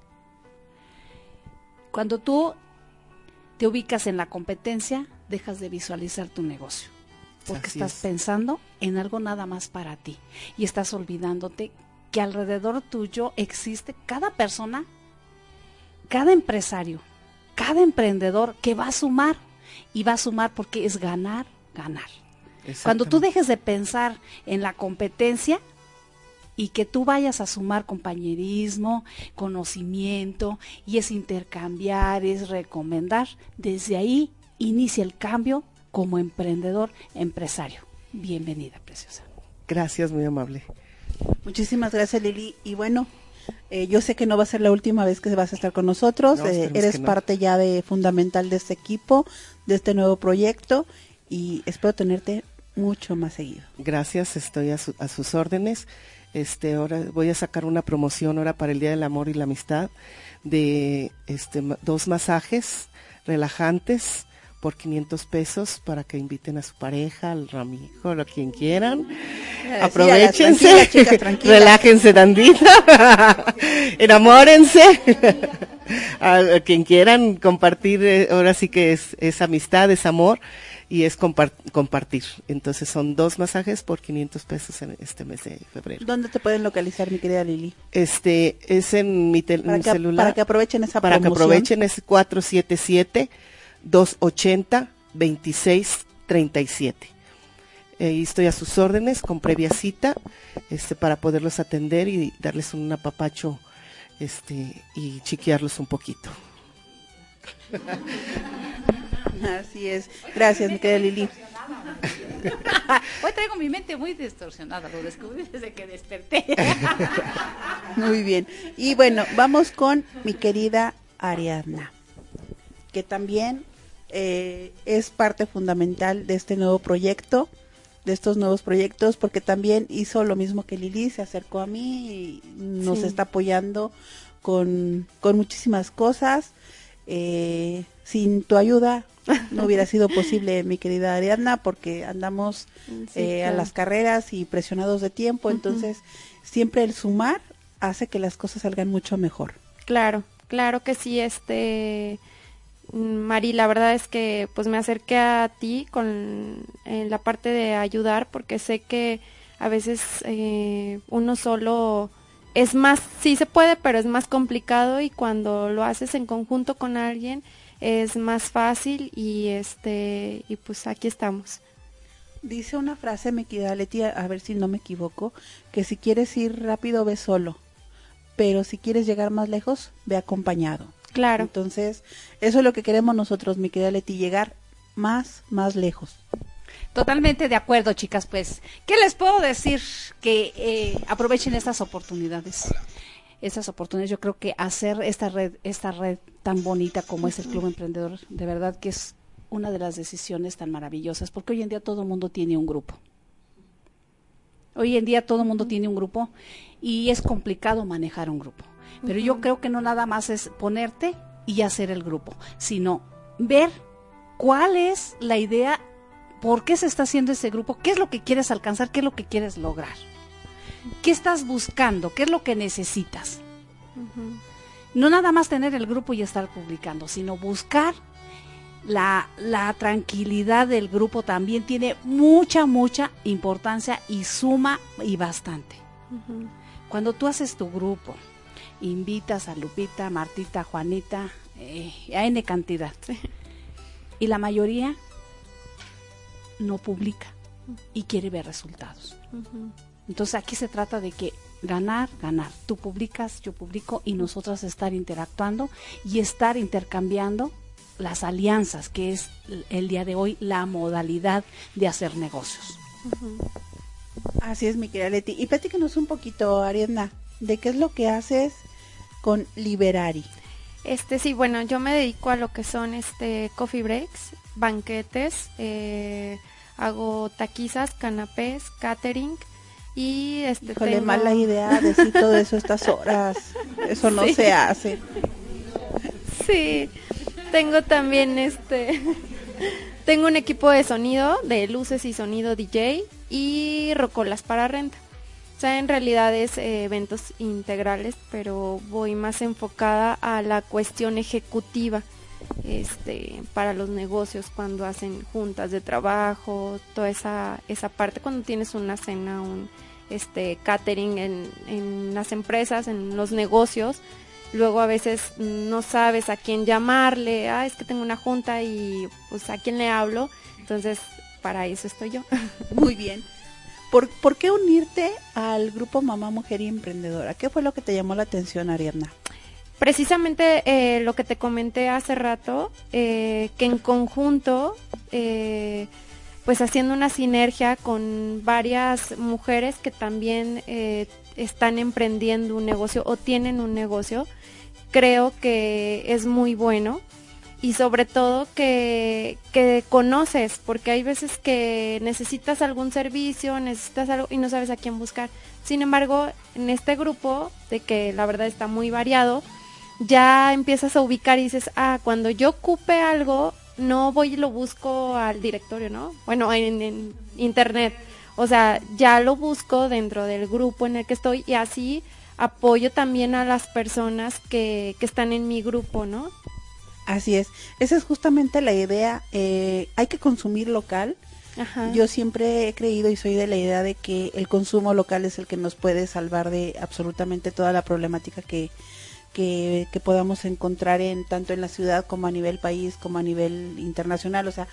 Cuando tú te ubicas en la competencia, dejas de visualizar tu negocio, porque Así estás es. pensando en algo nada más para ti y estás olvidándote que alrededor tuyo existe cada persona, cada empresario, cada emprendedor que va a sumar, y va a sumar porque es ganar, ganar. Cuando tú dejes de pensar en la competencia y que tú vayas a sumar compañerismo, conocimiento, y es intercambiar, es recomendar, desde ahí inicia el cambio como emprendedor, empresario. Bienvenida, preciosa. Gracias, muy amable. Muchísimas gracias, Lili. Y bueno, eh, yo sé que no va a ser la última vez que vas a estar con nosotros. No, eh, esperemos eres que no. parte ya de fundamental de este equipo, de este nuevo proyecto, y espero tenerte mucho más seguido. Gracias, estoy a, su- a sus órdenes. Este, ahora voy a sacar una promoción ahora para el Día del Amor y la Amistad de este ma- dos masajes relajantes por quinientos pesos para que inviten a su pareja, al amigo, a quien quieran. Eh, Aprovechense, sí, tranquila, chicas, tranquila. relájense tantita, enamórense. A, a quien quieran compartir, eh, ahora sí que es, es amistad, es amor, y es compar- compartir. Entonces son dos masajes por quinientos pesos en este mes de febrero. ¿Dónde te pueden localizar, mi querida Lili? Este es en mi, tel- Para mi que, celular. para que aprovechen esa Para que promoción. aprovechen, es cuatro siete siete, dos ocho cero, dos seis tres siete. Eh, estoy a sus órdenes con previa cita, este, para poderlos atender y darles un apapacho, este, y chiquearlos un poquito. Así es. Gracias, mi querida Lili. Hoy traigo mi mente muy distorsionada, lo descubrí desde que desperté. Muy bien. Y bueno, vamos con mi querida Ariadna, que también eh, es parte fundamental de este nuevo proyecto, de estos nuevos proyectos, porque también hizo lo mismo que Lili, se acercó a mí y nos Sí. está apoyando con, con muchísimas cosas. Eh, sin tu ayuda no hubiera sido posible, mi querida Ariadna, porque andamos Sí, eh, a claro. las carreras y presionados de tiempo, Ujú. entonces siempre el sumar hace que las cosas salgan mucho mejor. Claro, claro que sí, este mm, Mari, la verdad es que pues me acerqué a ti con en la parte de ayudar, porque sé que a veces eh, uno solo es más, sí se puede, pero es más complicado, y cuando lo haces en conjunto con alguien es más fácil, y este y pues aquí estamos. Dice una frase, mi querida Leti, a ver si no me equivoco, que si quieres ir rápido, ve solo, pero si quieres llegar más lejos, ve acompañado. Claro. Entonces, eso es lo que queremos nosotros, mi querida Leti, llegar más, más lejos. Totalmente de acuerdo, chicas, pues, ¿qué les puedo decir? Que eh, aprovechen estas oportunidades. Estas oportunidades, yo creo que hacer esta red, esta red tan bonita como es el Club Emprendedor, de verdad que es una de las decisiones tan maravillosas, porque hoy en día todo el mundo tiene un grupo. Hoy en día todo el mundo tiene un grupo y es complicado manejar un grupo. Pero yo creo que no nada más es ponerte y hacer el grupo, sino ver cuál es la idea, por qué se está haciendo ese grupo, qué es lo que quieres alcanzar, qué es lo que quieres lograr, qué estás buscando, qué es lo que necesitas. Ujú. no nada más tener el grupo y estar publicando, sino buscar la, la tranquilidad del grupo también tiene mucha, mucha importancia y suma y bastante. Ujú. Cuando tú haces tu grupo, invitas a Lupita, Martita, Juanita, eh, a N cantidad, Sí. y la mayoría no publica y quiere ver resultados. Ujú. Entonces aquí se trata de que ganar, ganar. Tú publicas, yo publico y nosotras estar interactuando y estar intercambiando las alianzas, que es el día de hoy la modalidad de hacer negocios. Ujú. Así es, mi querida Leti. Y platícanos un poquito, Ariadna, de qué es lo que haces con Liberari. Este sí, bueno, yo me dedico a lo que son este coffee breaks, banquetes, eh, hago taquizas, canapés, catering y este Híjole, tengo- mala idea decir todo eso a estas horas. Eso no Sí. se hace. Sí, tengo también este, tengo un equipo de sonido, de luces y sonido D J y rocolas para renta. O sea, en realidad es eh, eventos integrales, pero voy más enfocada a la cuestión ejecutiva, este, para los negocios cuando hacen juntas de trabajo, toda esa esa parte cuando tienes una cena, un este catering en, en las empresas, en los negocios. Luego a veces no sabes a quién llamarle, ah, es que tengo una junta y pues a quién le hablo, entonces para eso estoy yo. Muy bien. ¿Por, ¿Por qué unirte al grupo Mamá, Mujer y Emprendedora? ¿Qué fue lo que te llamó la atención, Ariadna? Precisamente eh, lo que te comenté hace rato, eh, que en conjunto, eh, pues haciendo una sinergia con varias mujeres que también eh, están emprendiendo un negocio o tienen un negocio, creo que es muy bueno y sobre todo que, que conoces, porque hay veces que necesitas algún servicio, necesitas algo y no sabes a quién buscar. Sin embargo, en este grupo, de que la verdad está muy variado, ya empiezas a ubicar y dices, ah, cuando yo ocupe algo, no voy y lo busco al directorio, ¿no? Bueno, en, en internet. O sea, ya lo busco dentro del grupo en el que estoy y así apoyo también a las personas que, que están en mi grupo, ¿no? Así es. Esa es justamente la idea. Eh, hay que consumir local. Ajá. Yo siempre he creído y soy de la idea de que el consumo local es el que nos puede salvar de absolutamente toda la problemática que Que, que podamos encontrar en tanto en la ciudad como a nivel país como a nivel internacional, o sea,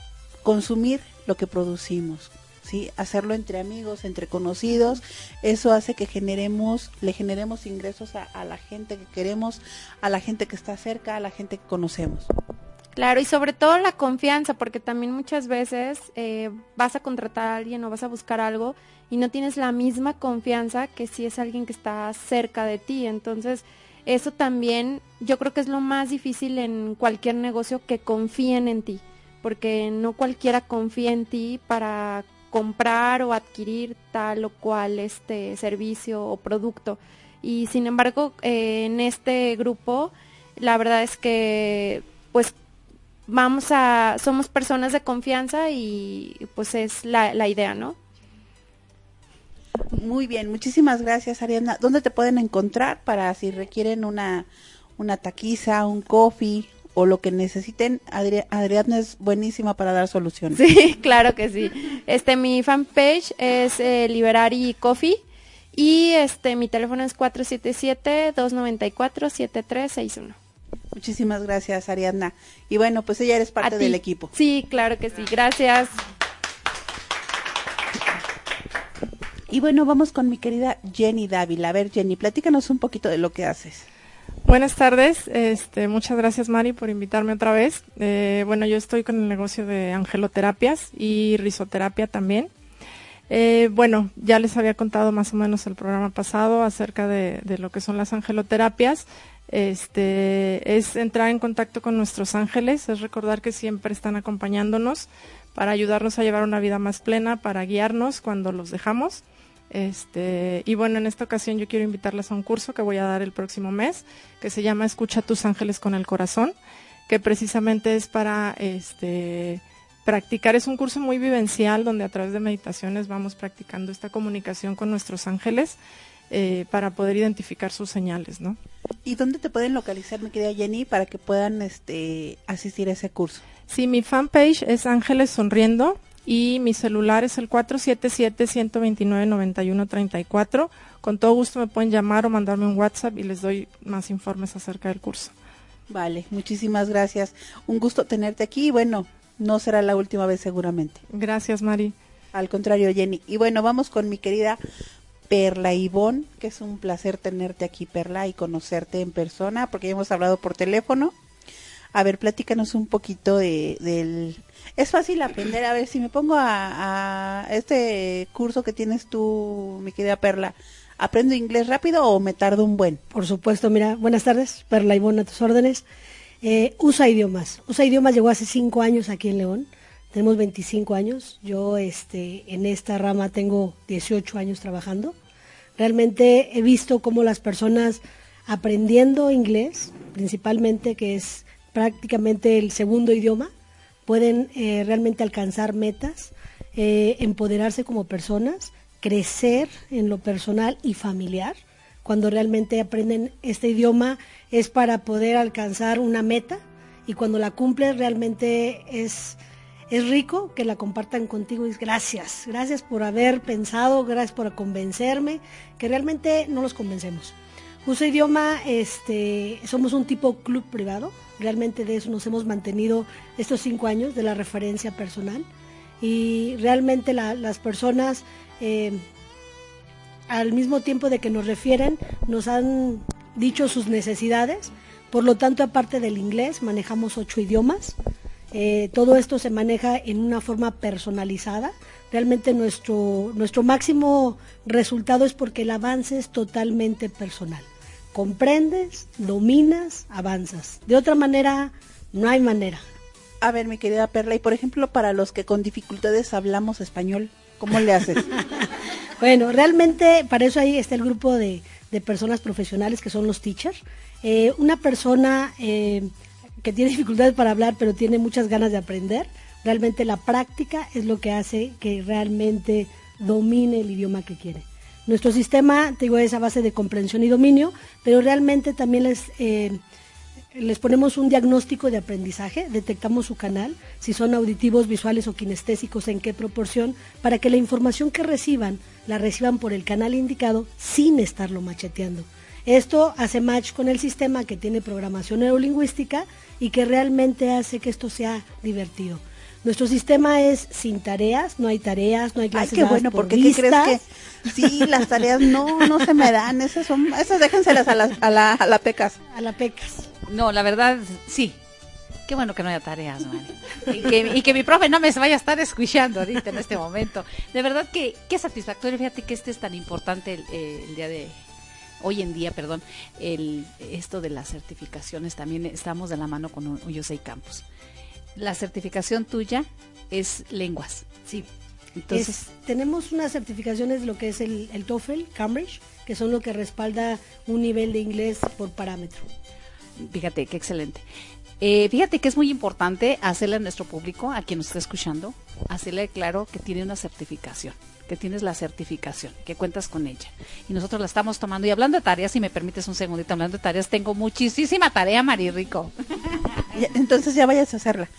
consumir lo que producimos, ¿sí? Hacerlo entre amigos, entre conocidos, eso hace que generemos, le generemos ingresos a, a la gente que queremos, a la gente que está cerca, a la gente que conocemos. Claro, y sobre todo la confianza, porque también muchas veces eh, vas a contratar a alguien o vas a buscar algo y no tienes la misma confianza que si es alguien que está cerca de ti, entonces eso también yo creo que es lo más difícil en cualquier negocio, que confíen en ti, porque no cualquiera confía en ti para comprar o adquirir tal o cual este servicio o producto. Y sin embargo, eh, en este grupo, la verdad es que pues vamos a, somos personas de confianza y pues es la, la idea, ¿no? Muy bien, muchísimas gracias, Ariadna. ¿Dónde te pueden encontrar para si requieren una, una taquiza, un coffee o lo que necesiten? Adri- Ariadna es buenísima para dar soluciones. Sí, claro que sí. Este, mi fanpage es eh, Liberari Coffee y este, mi teléfono es cuatro siete siete, dos nueve cuatro, siete tres seis uno. Muchísimas gracias, Ariadna. Y bueno, pues ella eres parte A ti. del equipo. Sí, claro que sí. Gracias. Y bueno, vamos con mi querida Jenny Dávila. A ver, Jenny, platícanos un poquito de lo que haces. Buenas tardes, este, muchas gracias Mari por invitarme otra vez. Eh, bueno, yo estoy con el negocio de angeloterapias y risoterapia también. Eh, bueno, ya les había contado más o menos el programa pasado acerca de, de lo que son las angeloterapias. Este, es entrar en contacto con nuestros ángeles, es recordar que siempre están acompañándonos para ayudarnos a llevar una vida más plena, para guiarnos cuando los dejamos. Este, y bueno, en esta ocasión yo quiero invitarles a un curso que voy a dar el próximo mes, que se llama Escucha a tus ángeles con el corazón, que precisamente es para este practicar, es un curso muy vivencial donde a través de meditaciones vamos practicando esta comunicación con nuestros ángeles. eh, para poder identificar sus señales, ¿no? ¿Y dónde te pueden localizar, mi querida Jenny, para que puedan este asistir a ese curso? Sí, mi fanpage es Ángeles Sonriendo y mi celular es el cuatro siete siete, uno dos nueve, nueve uno tres cuatro. Con todo gusto me pueden llamar o mandarme un WhatsApp y les doy más informes acerca del curso. Vale, muchísimas gracias. Un gusto tenerte aquí y bueno, no será la última vez seguramente. Gracias, Mari. Al contrario, Jenny. Y bueno, vamos con mi querida Perla Ivonne, que es un placer tenerte aquí, Perla, y conocerte en persona, porque ya hemos hablado por teléfono. A ver, platícanos un poquito de, del... Es fácil aprender, a ver, si me pongo a, a este curso que tienes tú, mi querida Perla, ¿aprendo inglés rápido o me tardo un buen? Por supuesto, mira, buenas tardes, Perla Ivonne a tus órdenes. Eh, USA Idiomas. USA Idiomas llegó hace cinco años aquí en León. Tenemos veinticinco años. Yo este, en esta rama tengo dieciocho años trabajando. Realmente he visto cómo las personas aprendiendo inglés, principalmente, que es prácticamente el segundo idioma, pueden eh, realmente alcanzar metas, eh, empoderarse como personas, crecer en lo personal y familiar. Cuando realmente aprenden este idioma es para poder alcanzar una meta y cuando la cumples realmente es, es rico que la compartan contigo y es gracias, gracias por haber pensado, gracias por convencerme, que realmente no los convencemos. USA Idioma, este, somos un tipo club privado, realmente de eso nos hemos mantenido estos cinco años de la referencia personal y realmente la, las personas... Eh, al mismo tiempo de que nos refieren, nos han dicho sus necesidades, por lo tanto, aparte del inglés, manejamos ocho idiomas, eh, todo esto se maneja en una forma personalizada, realmente nuestro, nuestro máximo resultado es porque el avance es totalmente personal, comprendes, dominas, avanzas, de otra manera, no hay manera. A ver, mi querida Perla, y por ejemplo, para los que con dificultades hablamos español, ¿cómo le haces? Bueno, realmente para eso ahí está el grupo de, de personas profesionales que son los teachers. Eh, una persona eh, que tiene dificultades para hablar pero tiene muchas ganas de aprender, realmente la práctica es lo que hace que realmente domine el idioma que quiere. Nuestro sistema, te digo, es a base de comprensión y dominio, pero realmente también les... Eh, les ponemos un diagnóstico de aprendizaje, detectamos su canal, si son auditivos, visuales o kinestésicos, en qué proporción, para que la información que reciban, la reciban por el canal indicado sin estarlo macheteando. Esto hace match con el sistema que tiene programación neurolingüística y que realmente hace que esto sea divertido. Nuestro sistema es sin tareas, no hay tareas, no hay clases. Ay, qué bueno, por porque vistas. ¿qué crees que? Sí, las tareas no, no se me dan, esas son, esas déjenselas a la, a la, a la pecas. A la pecas. No, la verdad, sí. Qué bueno que no haya tareas, Mari. Y que, y que mi profe no me vaya a estar escuchando ahorita en este momento. De verdad que qué satisfactorio. Fíjate que este es tan importante el, eh, el día de hoy en día, perdón, el esto de las certificaciones. También estamos de la mano con U S A Campus. La certificación tuya es lenguas. Sí. Entonces, es, tenemos unas certificaciones, lo que es el, el TOEFL, Cambridge, que son lo que respalda un nivel de inglés por parámetro. Fíjate, qué excelente. Eh, fíjate que es muy importante hacerle a nuestro público, a quien nos está escuchando, hacerle claro que tiene una certificación, que tienes la certificación, que cuentas con ella. Y nosotros la estamos tomando. Y hablando de tareas, si me permites un segundito, hablando de tareas, tengo muchísima tarea, Mari Rico. Entonces ya vayas a hacerla.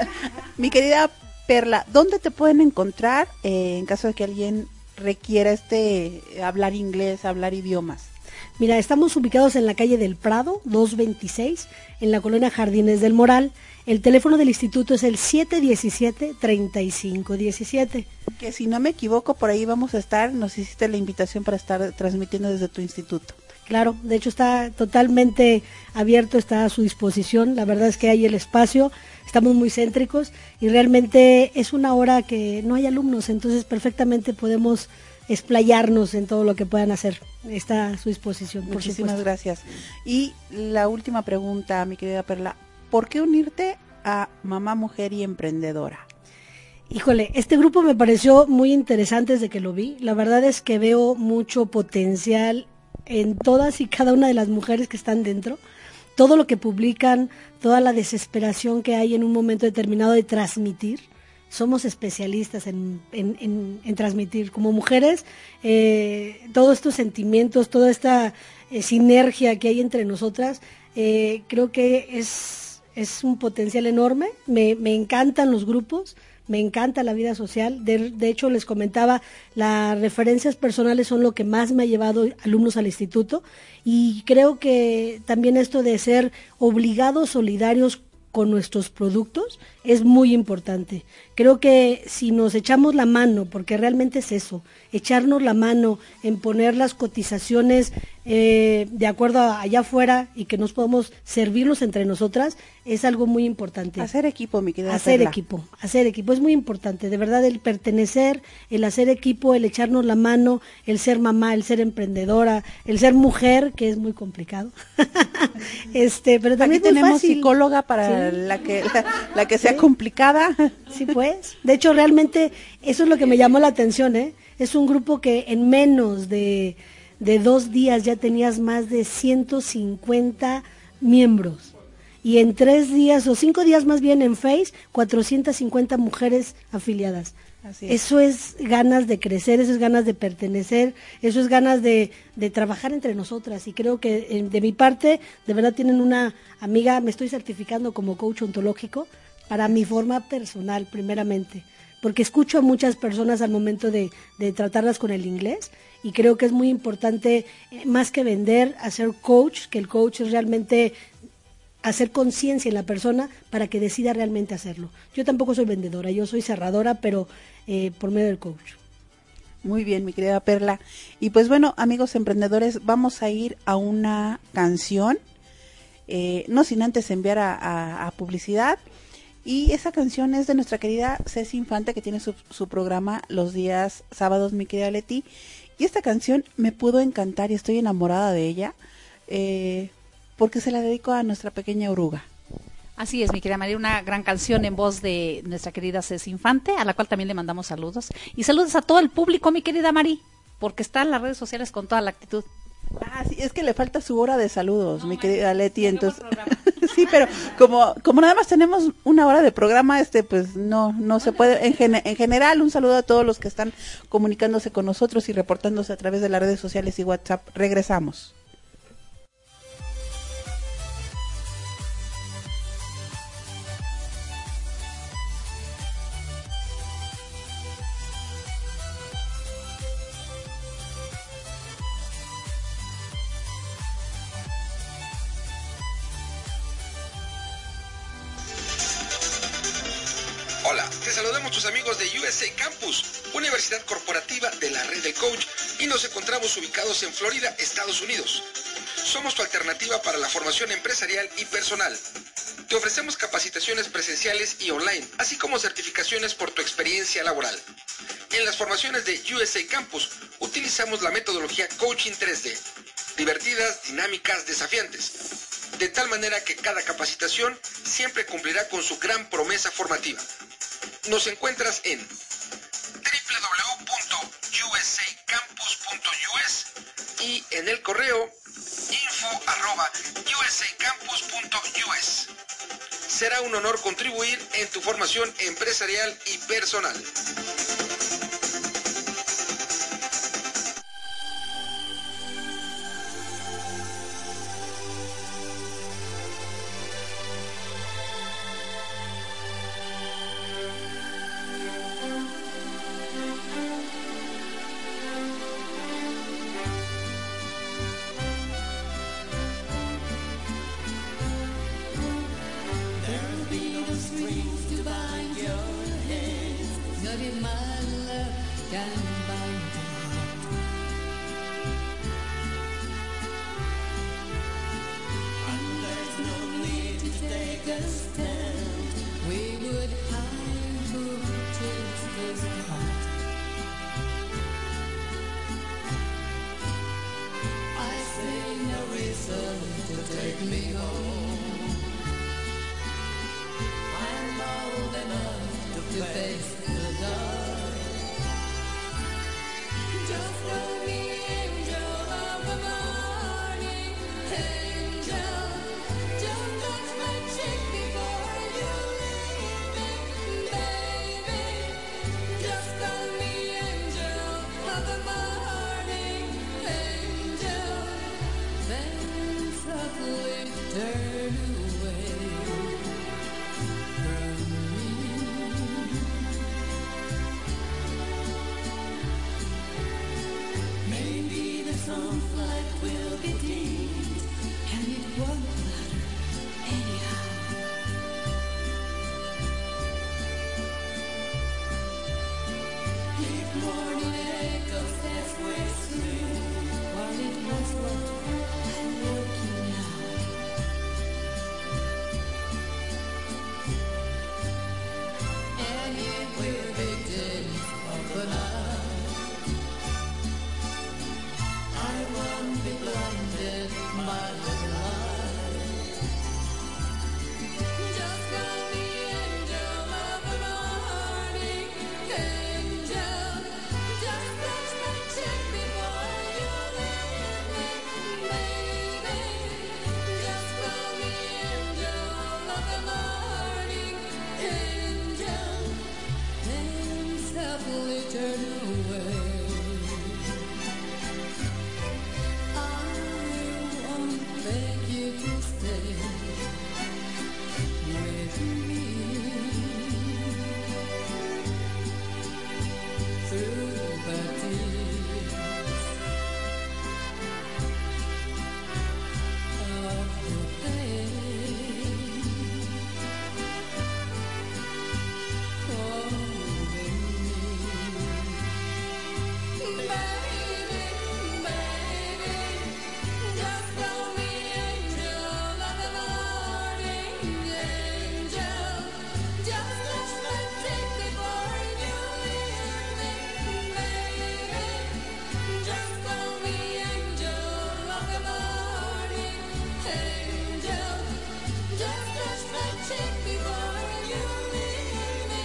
Mi querida Perla, ¿dónde te pueden encontrar eh, en caso de que alguien requiera este hablar inglés, hablar idiomas? Mira, estamos ubicados en la calle del Prado, doscientos veintiséis, en la colonia Jardines del Moral. El teléfono del instituto es el siete uno siete, tres cinco uno siete. Que si no me equivoco, por ahí vamos a estar. Nos hiciste la invitación para estar transmitiendo desde tu instituto. Claro, de hecho está totalmente abierto, está a su disposición. La verdad es que hay el espacio, estamos muy céntricos y realmente es una hora que no hay alumnos, entonces perfectamente podemos explayarnos en todo lo que puedan hacer. Está a su disposición, por Muchísimas supuesto. gracias. Y la última pregunta, mi querida Perla, ¿por qué unirte a Mamá, Mujer y Emprendedora? Híjole, este grupo me pareció muy interesante desde que lo vi. La verdad es que veo mucho potencial en todas y cada una de las mujeres que están dentro. Todo lo que publican, toda la desesperación que hay en un momento determinado de transmitir, somos especialistas en, en, en, en transmitir. Como mujeres, eh, todos estos sentimientos, toda esta eh, sinergia que hay entre nosotras, eh, creo que es, es un potencial enorme. Me, me encantan los grupos, me encanta la vida social. De, de hecho, les comentaba, las referencias personales son lo que más me ha llevado alumnos al instituto, y creo que también esto de ser obligados, solidarios con nuestros productos es muy importante. Creo que si nos echamos la mano, porque realmente es eso, echarnos la mano en poner las cotizaciones eh, de acuerdo a allá afuera, y que nos podamos servirnos entre nosotras, es algo muy importante. Hacer equipo, mi querida Hacer Perla. equipo, hacer equipo es muy importante, de verdad, el pertenecer, el hacer equipo, el echarnos la mano, el ser mamá, el ser emprendedora, el ser mujer, que es muy complicado. este, pero también Aquí es muy tenemos fácil. psicóloga para Sí. la que la, la que sea Sí. complicada. Sí, pues. De hecho, realmente eso es lo que me llamó la atención, ¿eh? Es un grupo que en menos de, de dos días ya tenías más de ciento cincuenta miembros. Y en tres días, o cinco días más bien en Face, cuatrocientas cincuenta mujeres afiliadas. Así es. Eso es ganas de crecer, eso es ganas de pertenecer, eso es ganas de, de trabajar entre nosotras. Y creo que eh, de mi parte, de verdad tienen una amiga, me estoy certificando como coach ontológico para mi forma personal, primeramente. Porque escucho a muchas personas al momento de, de tratarlas con el inglés, y creo que es muy importante, eh, más que vender, hacer coach, que el coach es realmente hacer conciencia en la persona para que decida realmente hacerlo. Yo tampoco soy vendedora, yo soy cerradora, pero eh, por medio del coach. Muy bien, mi querida Perla. Y pues bueno, amigos emprendedores, vamos a ir a una canción, eh, no sin antes enviar a, a, a publicidad. Y esa canción es de nuestra querida Ceci Infante, que tiene su, su programa los días sábados, mi querida Leti. Y esta canción me pudo encantar y estoy enamorada de ella, eh, porque se la dedico a nuestra pequeña oruga. Así es, mi querida María, una gran canción en voz de nuestra querida Ceci Infante, a la cual también le mandamos saludos. Y saludos a todo el público, mi querida Mari, porque está en las redes sociales con toda la actitud. Ah, sí, es que le falta su hora de saludos, no, mi querida Leti, entonces... sí, pero como como nada más tenemos una hora de programa, este pues no no se puede. En, gen en general, un saludo a todos los que están comunicándose con nosotros y reportándose a través de las redes sociales y WhatsApp. Regresamos. Hola, te saludamos tus amigos de U S A Campus, Universidad Corporativa de la Red del Coach, y nos encontramos ubicados en Florida, Estados Unidos. Somos tu alternativa para la formación empresarial y personal. Te ofrecemos capacitaciones presenciales y online, así como certificaciones por tu experiencia laboral. En las formaciones de U S A Campus utilizamos la metodología Coaching tres D, divertidas, dinámicas, desafiantes, de tal manera que cada capacitación siempre cumplirá con su gran promesa formativa. Nos encuentras en doble u doble u doble u punto u s a campus punto u s y en el correo info arroba u s a campus punto u s. Será un honor contribuir en tu formación empresarial y personal. Baby some flight will be deemed, and it won't matter anyhow. Deep morning echoes halfway through, while it once was I'm working now. And it will be dead of the night. I won't be blinded by the light. Just call me angel of the morning, angel. Just touch my cheek before you leave me, baby. Just call me angel of the morning, angel. Then softly turn away. I won't beg you to stay with me through the tears of the pain, holding me, baby, baby. Just call me angel of the morning, angel. Just touch my cheek before you leave me, baby. Just call me angel of the morning, angel. Just touch my cheek before you leave me,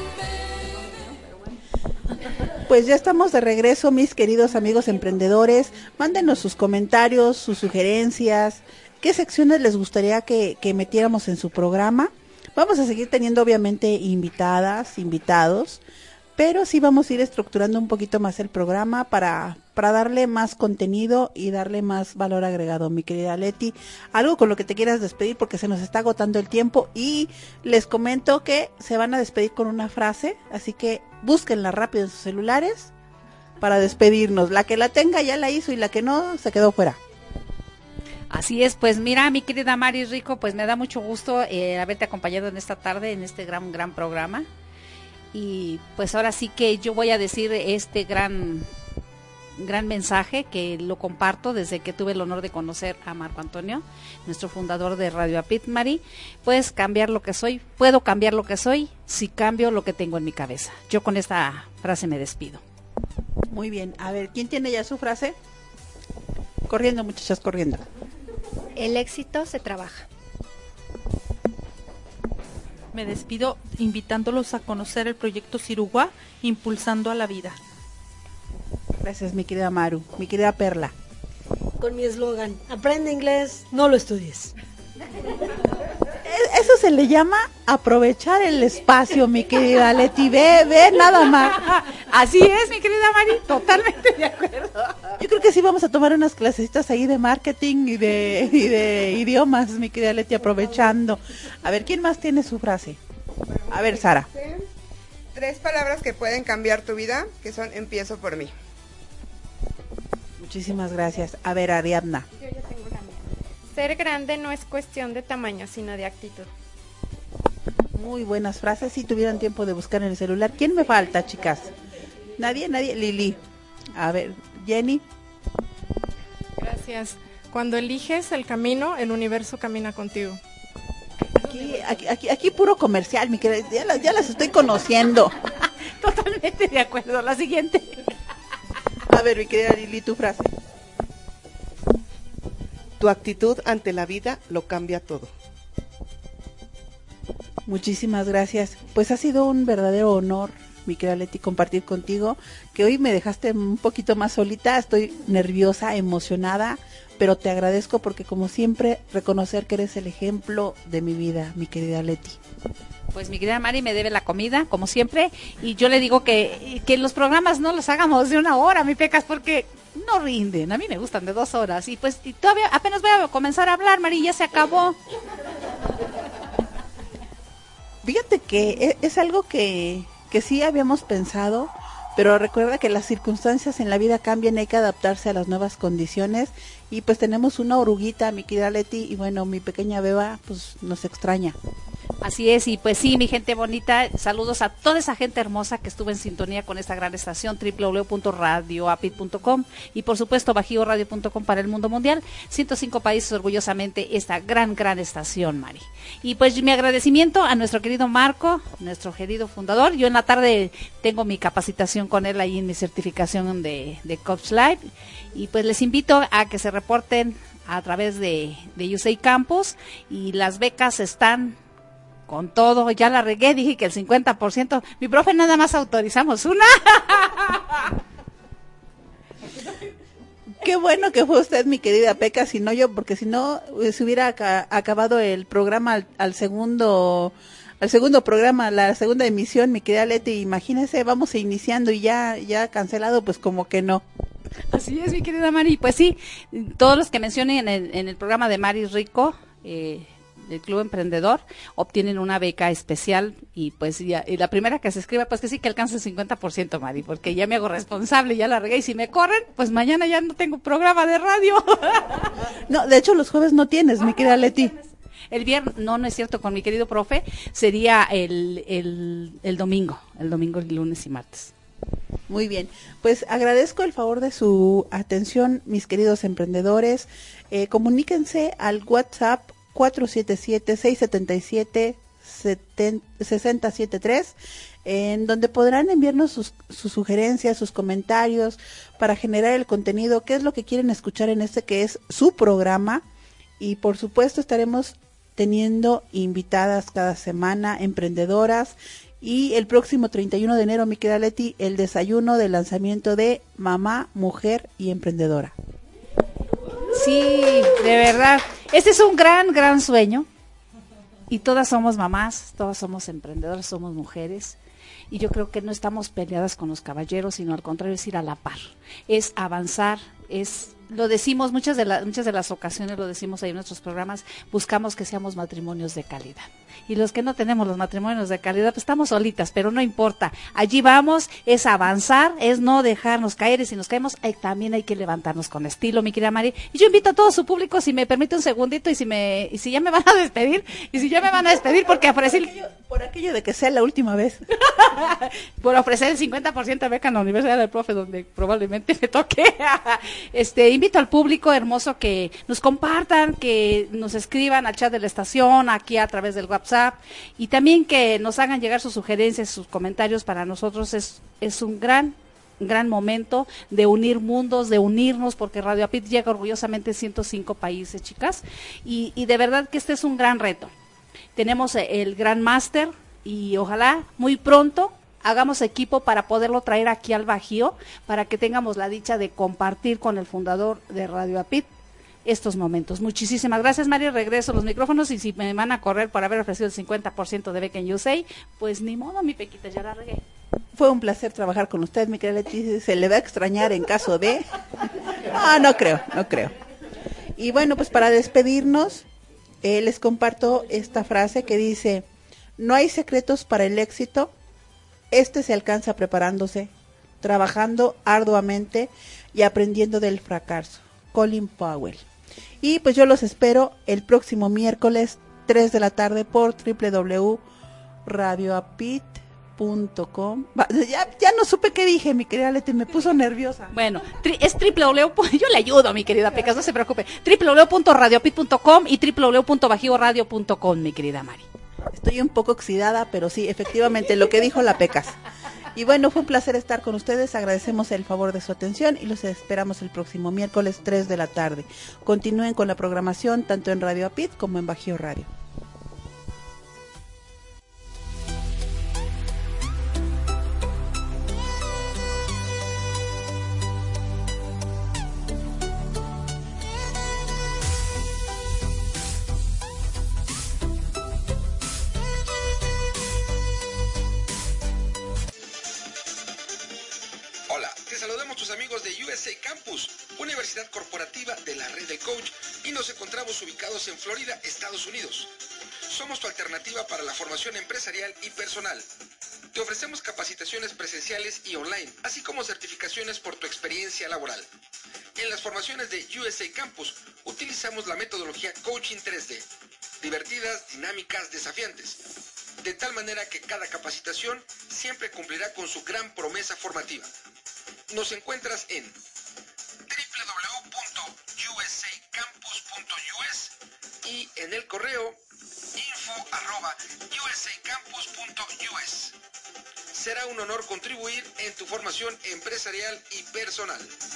baby. Pues ya estamos de regreso, mis queridos amigos emprendedores. Mándenos sus comentarios, sus sugerencias, qué secciones les gustaría que, que metiéramos en su programa. Vamos a seguir teniendo obviamente invitadas, invitados, pero sí vamos a ir estructurando un poquito más el programa para, para darle más contenido y darle más valor agregado. Mi querida Leti, algo con lo que te quieras despedir porque se nos está agotando el tiempo y les comento que se van a despedir con una frase, así que búsquenla rápido en sus celulares para despedirnos. La que la tenga ya la hizo y la que no se quedó fuera. Así es, pues mira, mi querida Mari Rico, pues me da mucho gusto eh, haberte acompañado en esta tarde, en este gran, gran programa. Y pues ahora sí que yo voy a decir este gran, gran mensaje que lo comparto desde que tuve el honor de conocer a Marco Antonio, nuestro fundador de Radio Apit, Mari. Puedes cambiar lo que soy, puedo cambiar lo que soy si cambio lo que tengo en mi cabeza. Yo con esta frase me despido. Muy bien, a ver, ¿quién tiene ya su frase? Corriendo, muchachas, corriendo. El éxito se trabaja. Me despido invitándolos a conocer el proyecto Ciruguá, Impulsando a la Vida. Gracias, mi querida Maru. Mi querida Perla. Con mi eslogan, aprende inglés, no lo estudies. Eso se le llama aprovechar el espacio, mi querida Leti. Ve, ve, nada más. Así es, mi querida Mari, totalmente de acuerdo. Yo creo que sí vamos a tomar unas clasecitas ahí de marketing y de, y de idiomas, mi querida Leti, aprovechando. A ver, ¿quién más tiene su frase? A ver, Sara. Tres palabras que pueden cambiar tu vida, que son empiezo por mí. Muchísimas gracias. A ver, Ariadna. Yo ya tengo la mía. Ser grande no es cuestión de tamaño, sino de actitud. Muy buenas frases. Si tuvieran tiempo de buscar en el celular. ¿Quién me falta, chicas? Nadie, nadie. Lili. A ver, Jenny. Gracias. Cuando eliges el camino, el universo camina contigo. Aquí, aquí, aquí, aquí puro comercial, mi querida. Ya las, ya las estoy conociendo. Totalmente de acuerdo. La siguiente. A ver, mi querida Lili, tu frase. Tu actitud ante la vida lo cambia todo. Muchísimas gracias. Pues ha sido un verdadero honor, mi querida Leti, compartir contigo, que hoy me dejaste un poquito más solita. Estoy nerviosa, emocionada, pero te agradezco porque, como siempre, reconocer que eres el ejemplo de mi vida, mi querida Leti. Pues mi querida Mari me debe la comida, como siempre, y yo le digo que, que los programas no los hagamos de una hora, mi Pecas, porque no rinden. A mí me gustan de dos horas, y pues y todavía apenas voy a comenzar a hablar, Mari, ya se acabó. Fíjate que es algo que, que sí habíamos pensado, pero recuerda que las circunstancias en la vida cambian, hay que adaptarse a las nuevas condiciones, y pues tenemos una oruguita, mi querida Leti, y bueno, mi pequeña beba pues nos extraña. Así es, y pues sí, mi gente bonita, saludos a toda esa gente hermosa que estuvo en sintonía con esta gran estación, doble u doble u doble u punto radio apit punto com, y por supuesto bajío radio punto com para el mundo mundial, ciento cinco países orgullosamente, esta gran, gran estación, Mari. Y pues mi agradecimiento a nuestro querido Marco, nuestro querido fundador. Yo en la tarde tengo mi capacitación con él ahí en mi certificación de, de Coach Live, y pues les invito a que se reporten a través de, de U S A Campus, y las becas están con todo. Ya la regué, dije que el cincuenta por ciento, mi profe, nada más autorizamos una. Qué bueno que fue usted, mi querida Peca, si no yo, porque si no se hubiera aca- acabado el programa al, al segundo al segundo programa, la segunda emisión, mi querida Leti, imagínese, vamos iniciando y ya ya cancelado, pues como que no. Así es, mi querida Mari. Pues sí, todos los que mencioné en el, en el programa de Mari Rico, eh, del Club Emprendedor, obtienen una beca especial, y pues ya, y la primera que se escriba, pues que sí que alcance el cincuenta por ciento, Mari, porque ya me hago responsable, ya la regué, y si me corren, pues mañana ya no tengo programa de radio. No, de hecho los jueves no tienes, mi querida Leti. El viernes, no, no es cierto, con mi querido profe, sería el, el, el domingo, el domingo, el lunes y martes. Muy bien, pues agradezco el favor de su atención, mis queridos emprendedores. Eh, comuníquense al WhatsApp cuatro siete siete, seis siete siete, seis cero siete tres, en donde podrán enviarnos sus, sus sugerencias, sus comentarios, para generar el contenido, qué es lo que quieren escuchar en este que es su programa. Y por supuesto estaremos teniendo invitadas cada semana, emprendedoras, y el próximo treinta y uno de enero, mi querida Leti, el desayuno de lanzamiento de Mamá, Mujer y Emprendedora. Sí, de verdad, este es un gran, gran sueño, y todas somos mamás, todas somos emprendedoras, somos mujeres, y yo creo que no estamos peleadas con los caballeros, sino al contrario, es ir a la par, es avanzar, es, lo decimos muchas de las, muchas de las ocasiones, lo decimos ahí en nuestros programas, buscamos que seamos matrimonios de calidad. Y los que no tenemos los matrimonios de calidad, pues estamos solitas, pero no importa. Allí vamos, es avanzar, es no dejarnos caer, y si nos caemos, eh, también hay que levantarnos con estilo, mi querida Mari. Y yo invito a todo su público, si me permite un segundito, y si me, y si ya me van a despedir, y si ya me van a despedir, porque ofrecí... Por aquello, por aquello de que sea la última vez. Por ofrecer el cincuenta por ciento de beca en la Universidad del Profe, donde probablemente me toque. Este, invito al público hermoso que nos compartan, que nos escriban al chat de la estación, aquí a través del WhatsApp, y también que nos hagan llegar sus sugerencias, sus comentarios. Para nosotros es, es un gran, gran momento de unir mundos, de unirnos, porque Radio Apit llega orgullosamente a ciento cinco países, chicas, y, y de verdad que este es un gran reto. Tenemos el Gran Máster, y ojalá muy pronto hagamos equipo para poderlo traer aquí al Bajío, para que tengamos la dicha de compartir con el fundador de Radio Apit estos momentos. Muchísimas gracias, María. Regreso los micrófonos, y si me van a correr por haber ofrecido el cincuenta por ciento de beca en U S A, pues ni modo, mi Pequita, ya la regué. Fue un placer trabajar con usted, mi querida Leti. Se le va a extrañar en caso de... Ah, no creo, no creo. Y bueno, pues para despedirnos, eh, les comparto esta frase que dice: no hay secretos para el éxito, este se alcanza preparándose, trabajando arduamente y aprendiendo del fracaso. Colin Powell. Y pues yo los espero el próximo miércoles tres de la tarde por doble u doble u doble u punto radio apit punto com. Ya, ya no supe qué dije, mi querida Leti, me puso nerviosa. Bueno, tri, es doble u doble u doble u, yo le ayudo, mi querida Pecas, no se preocupe. doble u doble u doble u punto radio apit punto com y doble u doble u doble u punto bajío radio punto com, mi querida Mari. Estoy un poco oxidada, pero sí, efectivamente, lo que dijo la Pecas. Y bueno, fue un placer estar con ustedes, agradecemos el favor de su atención y los esperamos el próximo miércoles tres de la tarde. Continúen con la programación tanto en Radio Apit como en Bajío Radio. Amigos de U S A Campus, Universidad Corporativa de la Red del Coach, y nos encontramos ubicados en Florida, Estados Unidos. Somos tu alternativa para la formación empresarial y personal. Te ofrecemos capacitaciones presenciales y online, así como certificaciones por tu experiencia laboral. En las formaciones de U S A Campus utilizamos la metodología Coaching tres D, divertidas, dinámicas, desafiantes, de tal manera que cada capacitación siempre cumplirá con su gran promesa formativa. Nos encuentras en doble u doble u doble u punto u s a campus punto u s y en el correo info arroba u s a campus punto u s. Será un honor contribuir en tu formación empresarial y personal.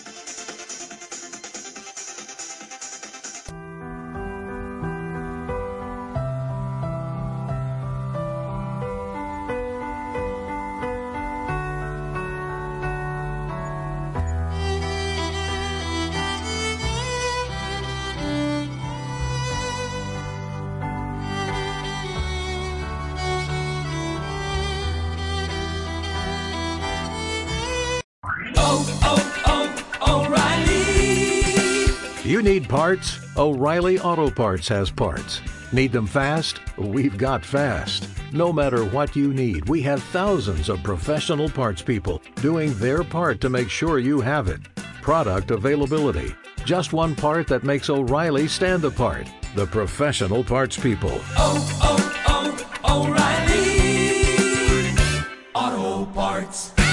You need parts? O'Reilly Auto Parts has parts. Need them fast? We've got fast. No matter what you need, we have thousands of professional parts people doing their part to make sure you have it. Product availability. Just one part that makes O'Reilly stand apart. The professional parts people. Oh, oh, oh, O'Reilly Auto Parts.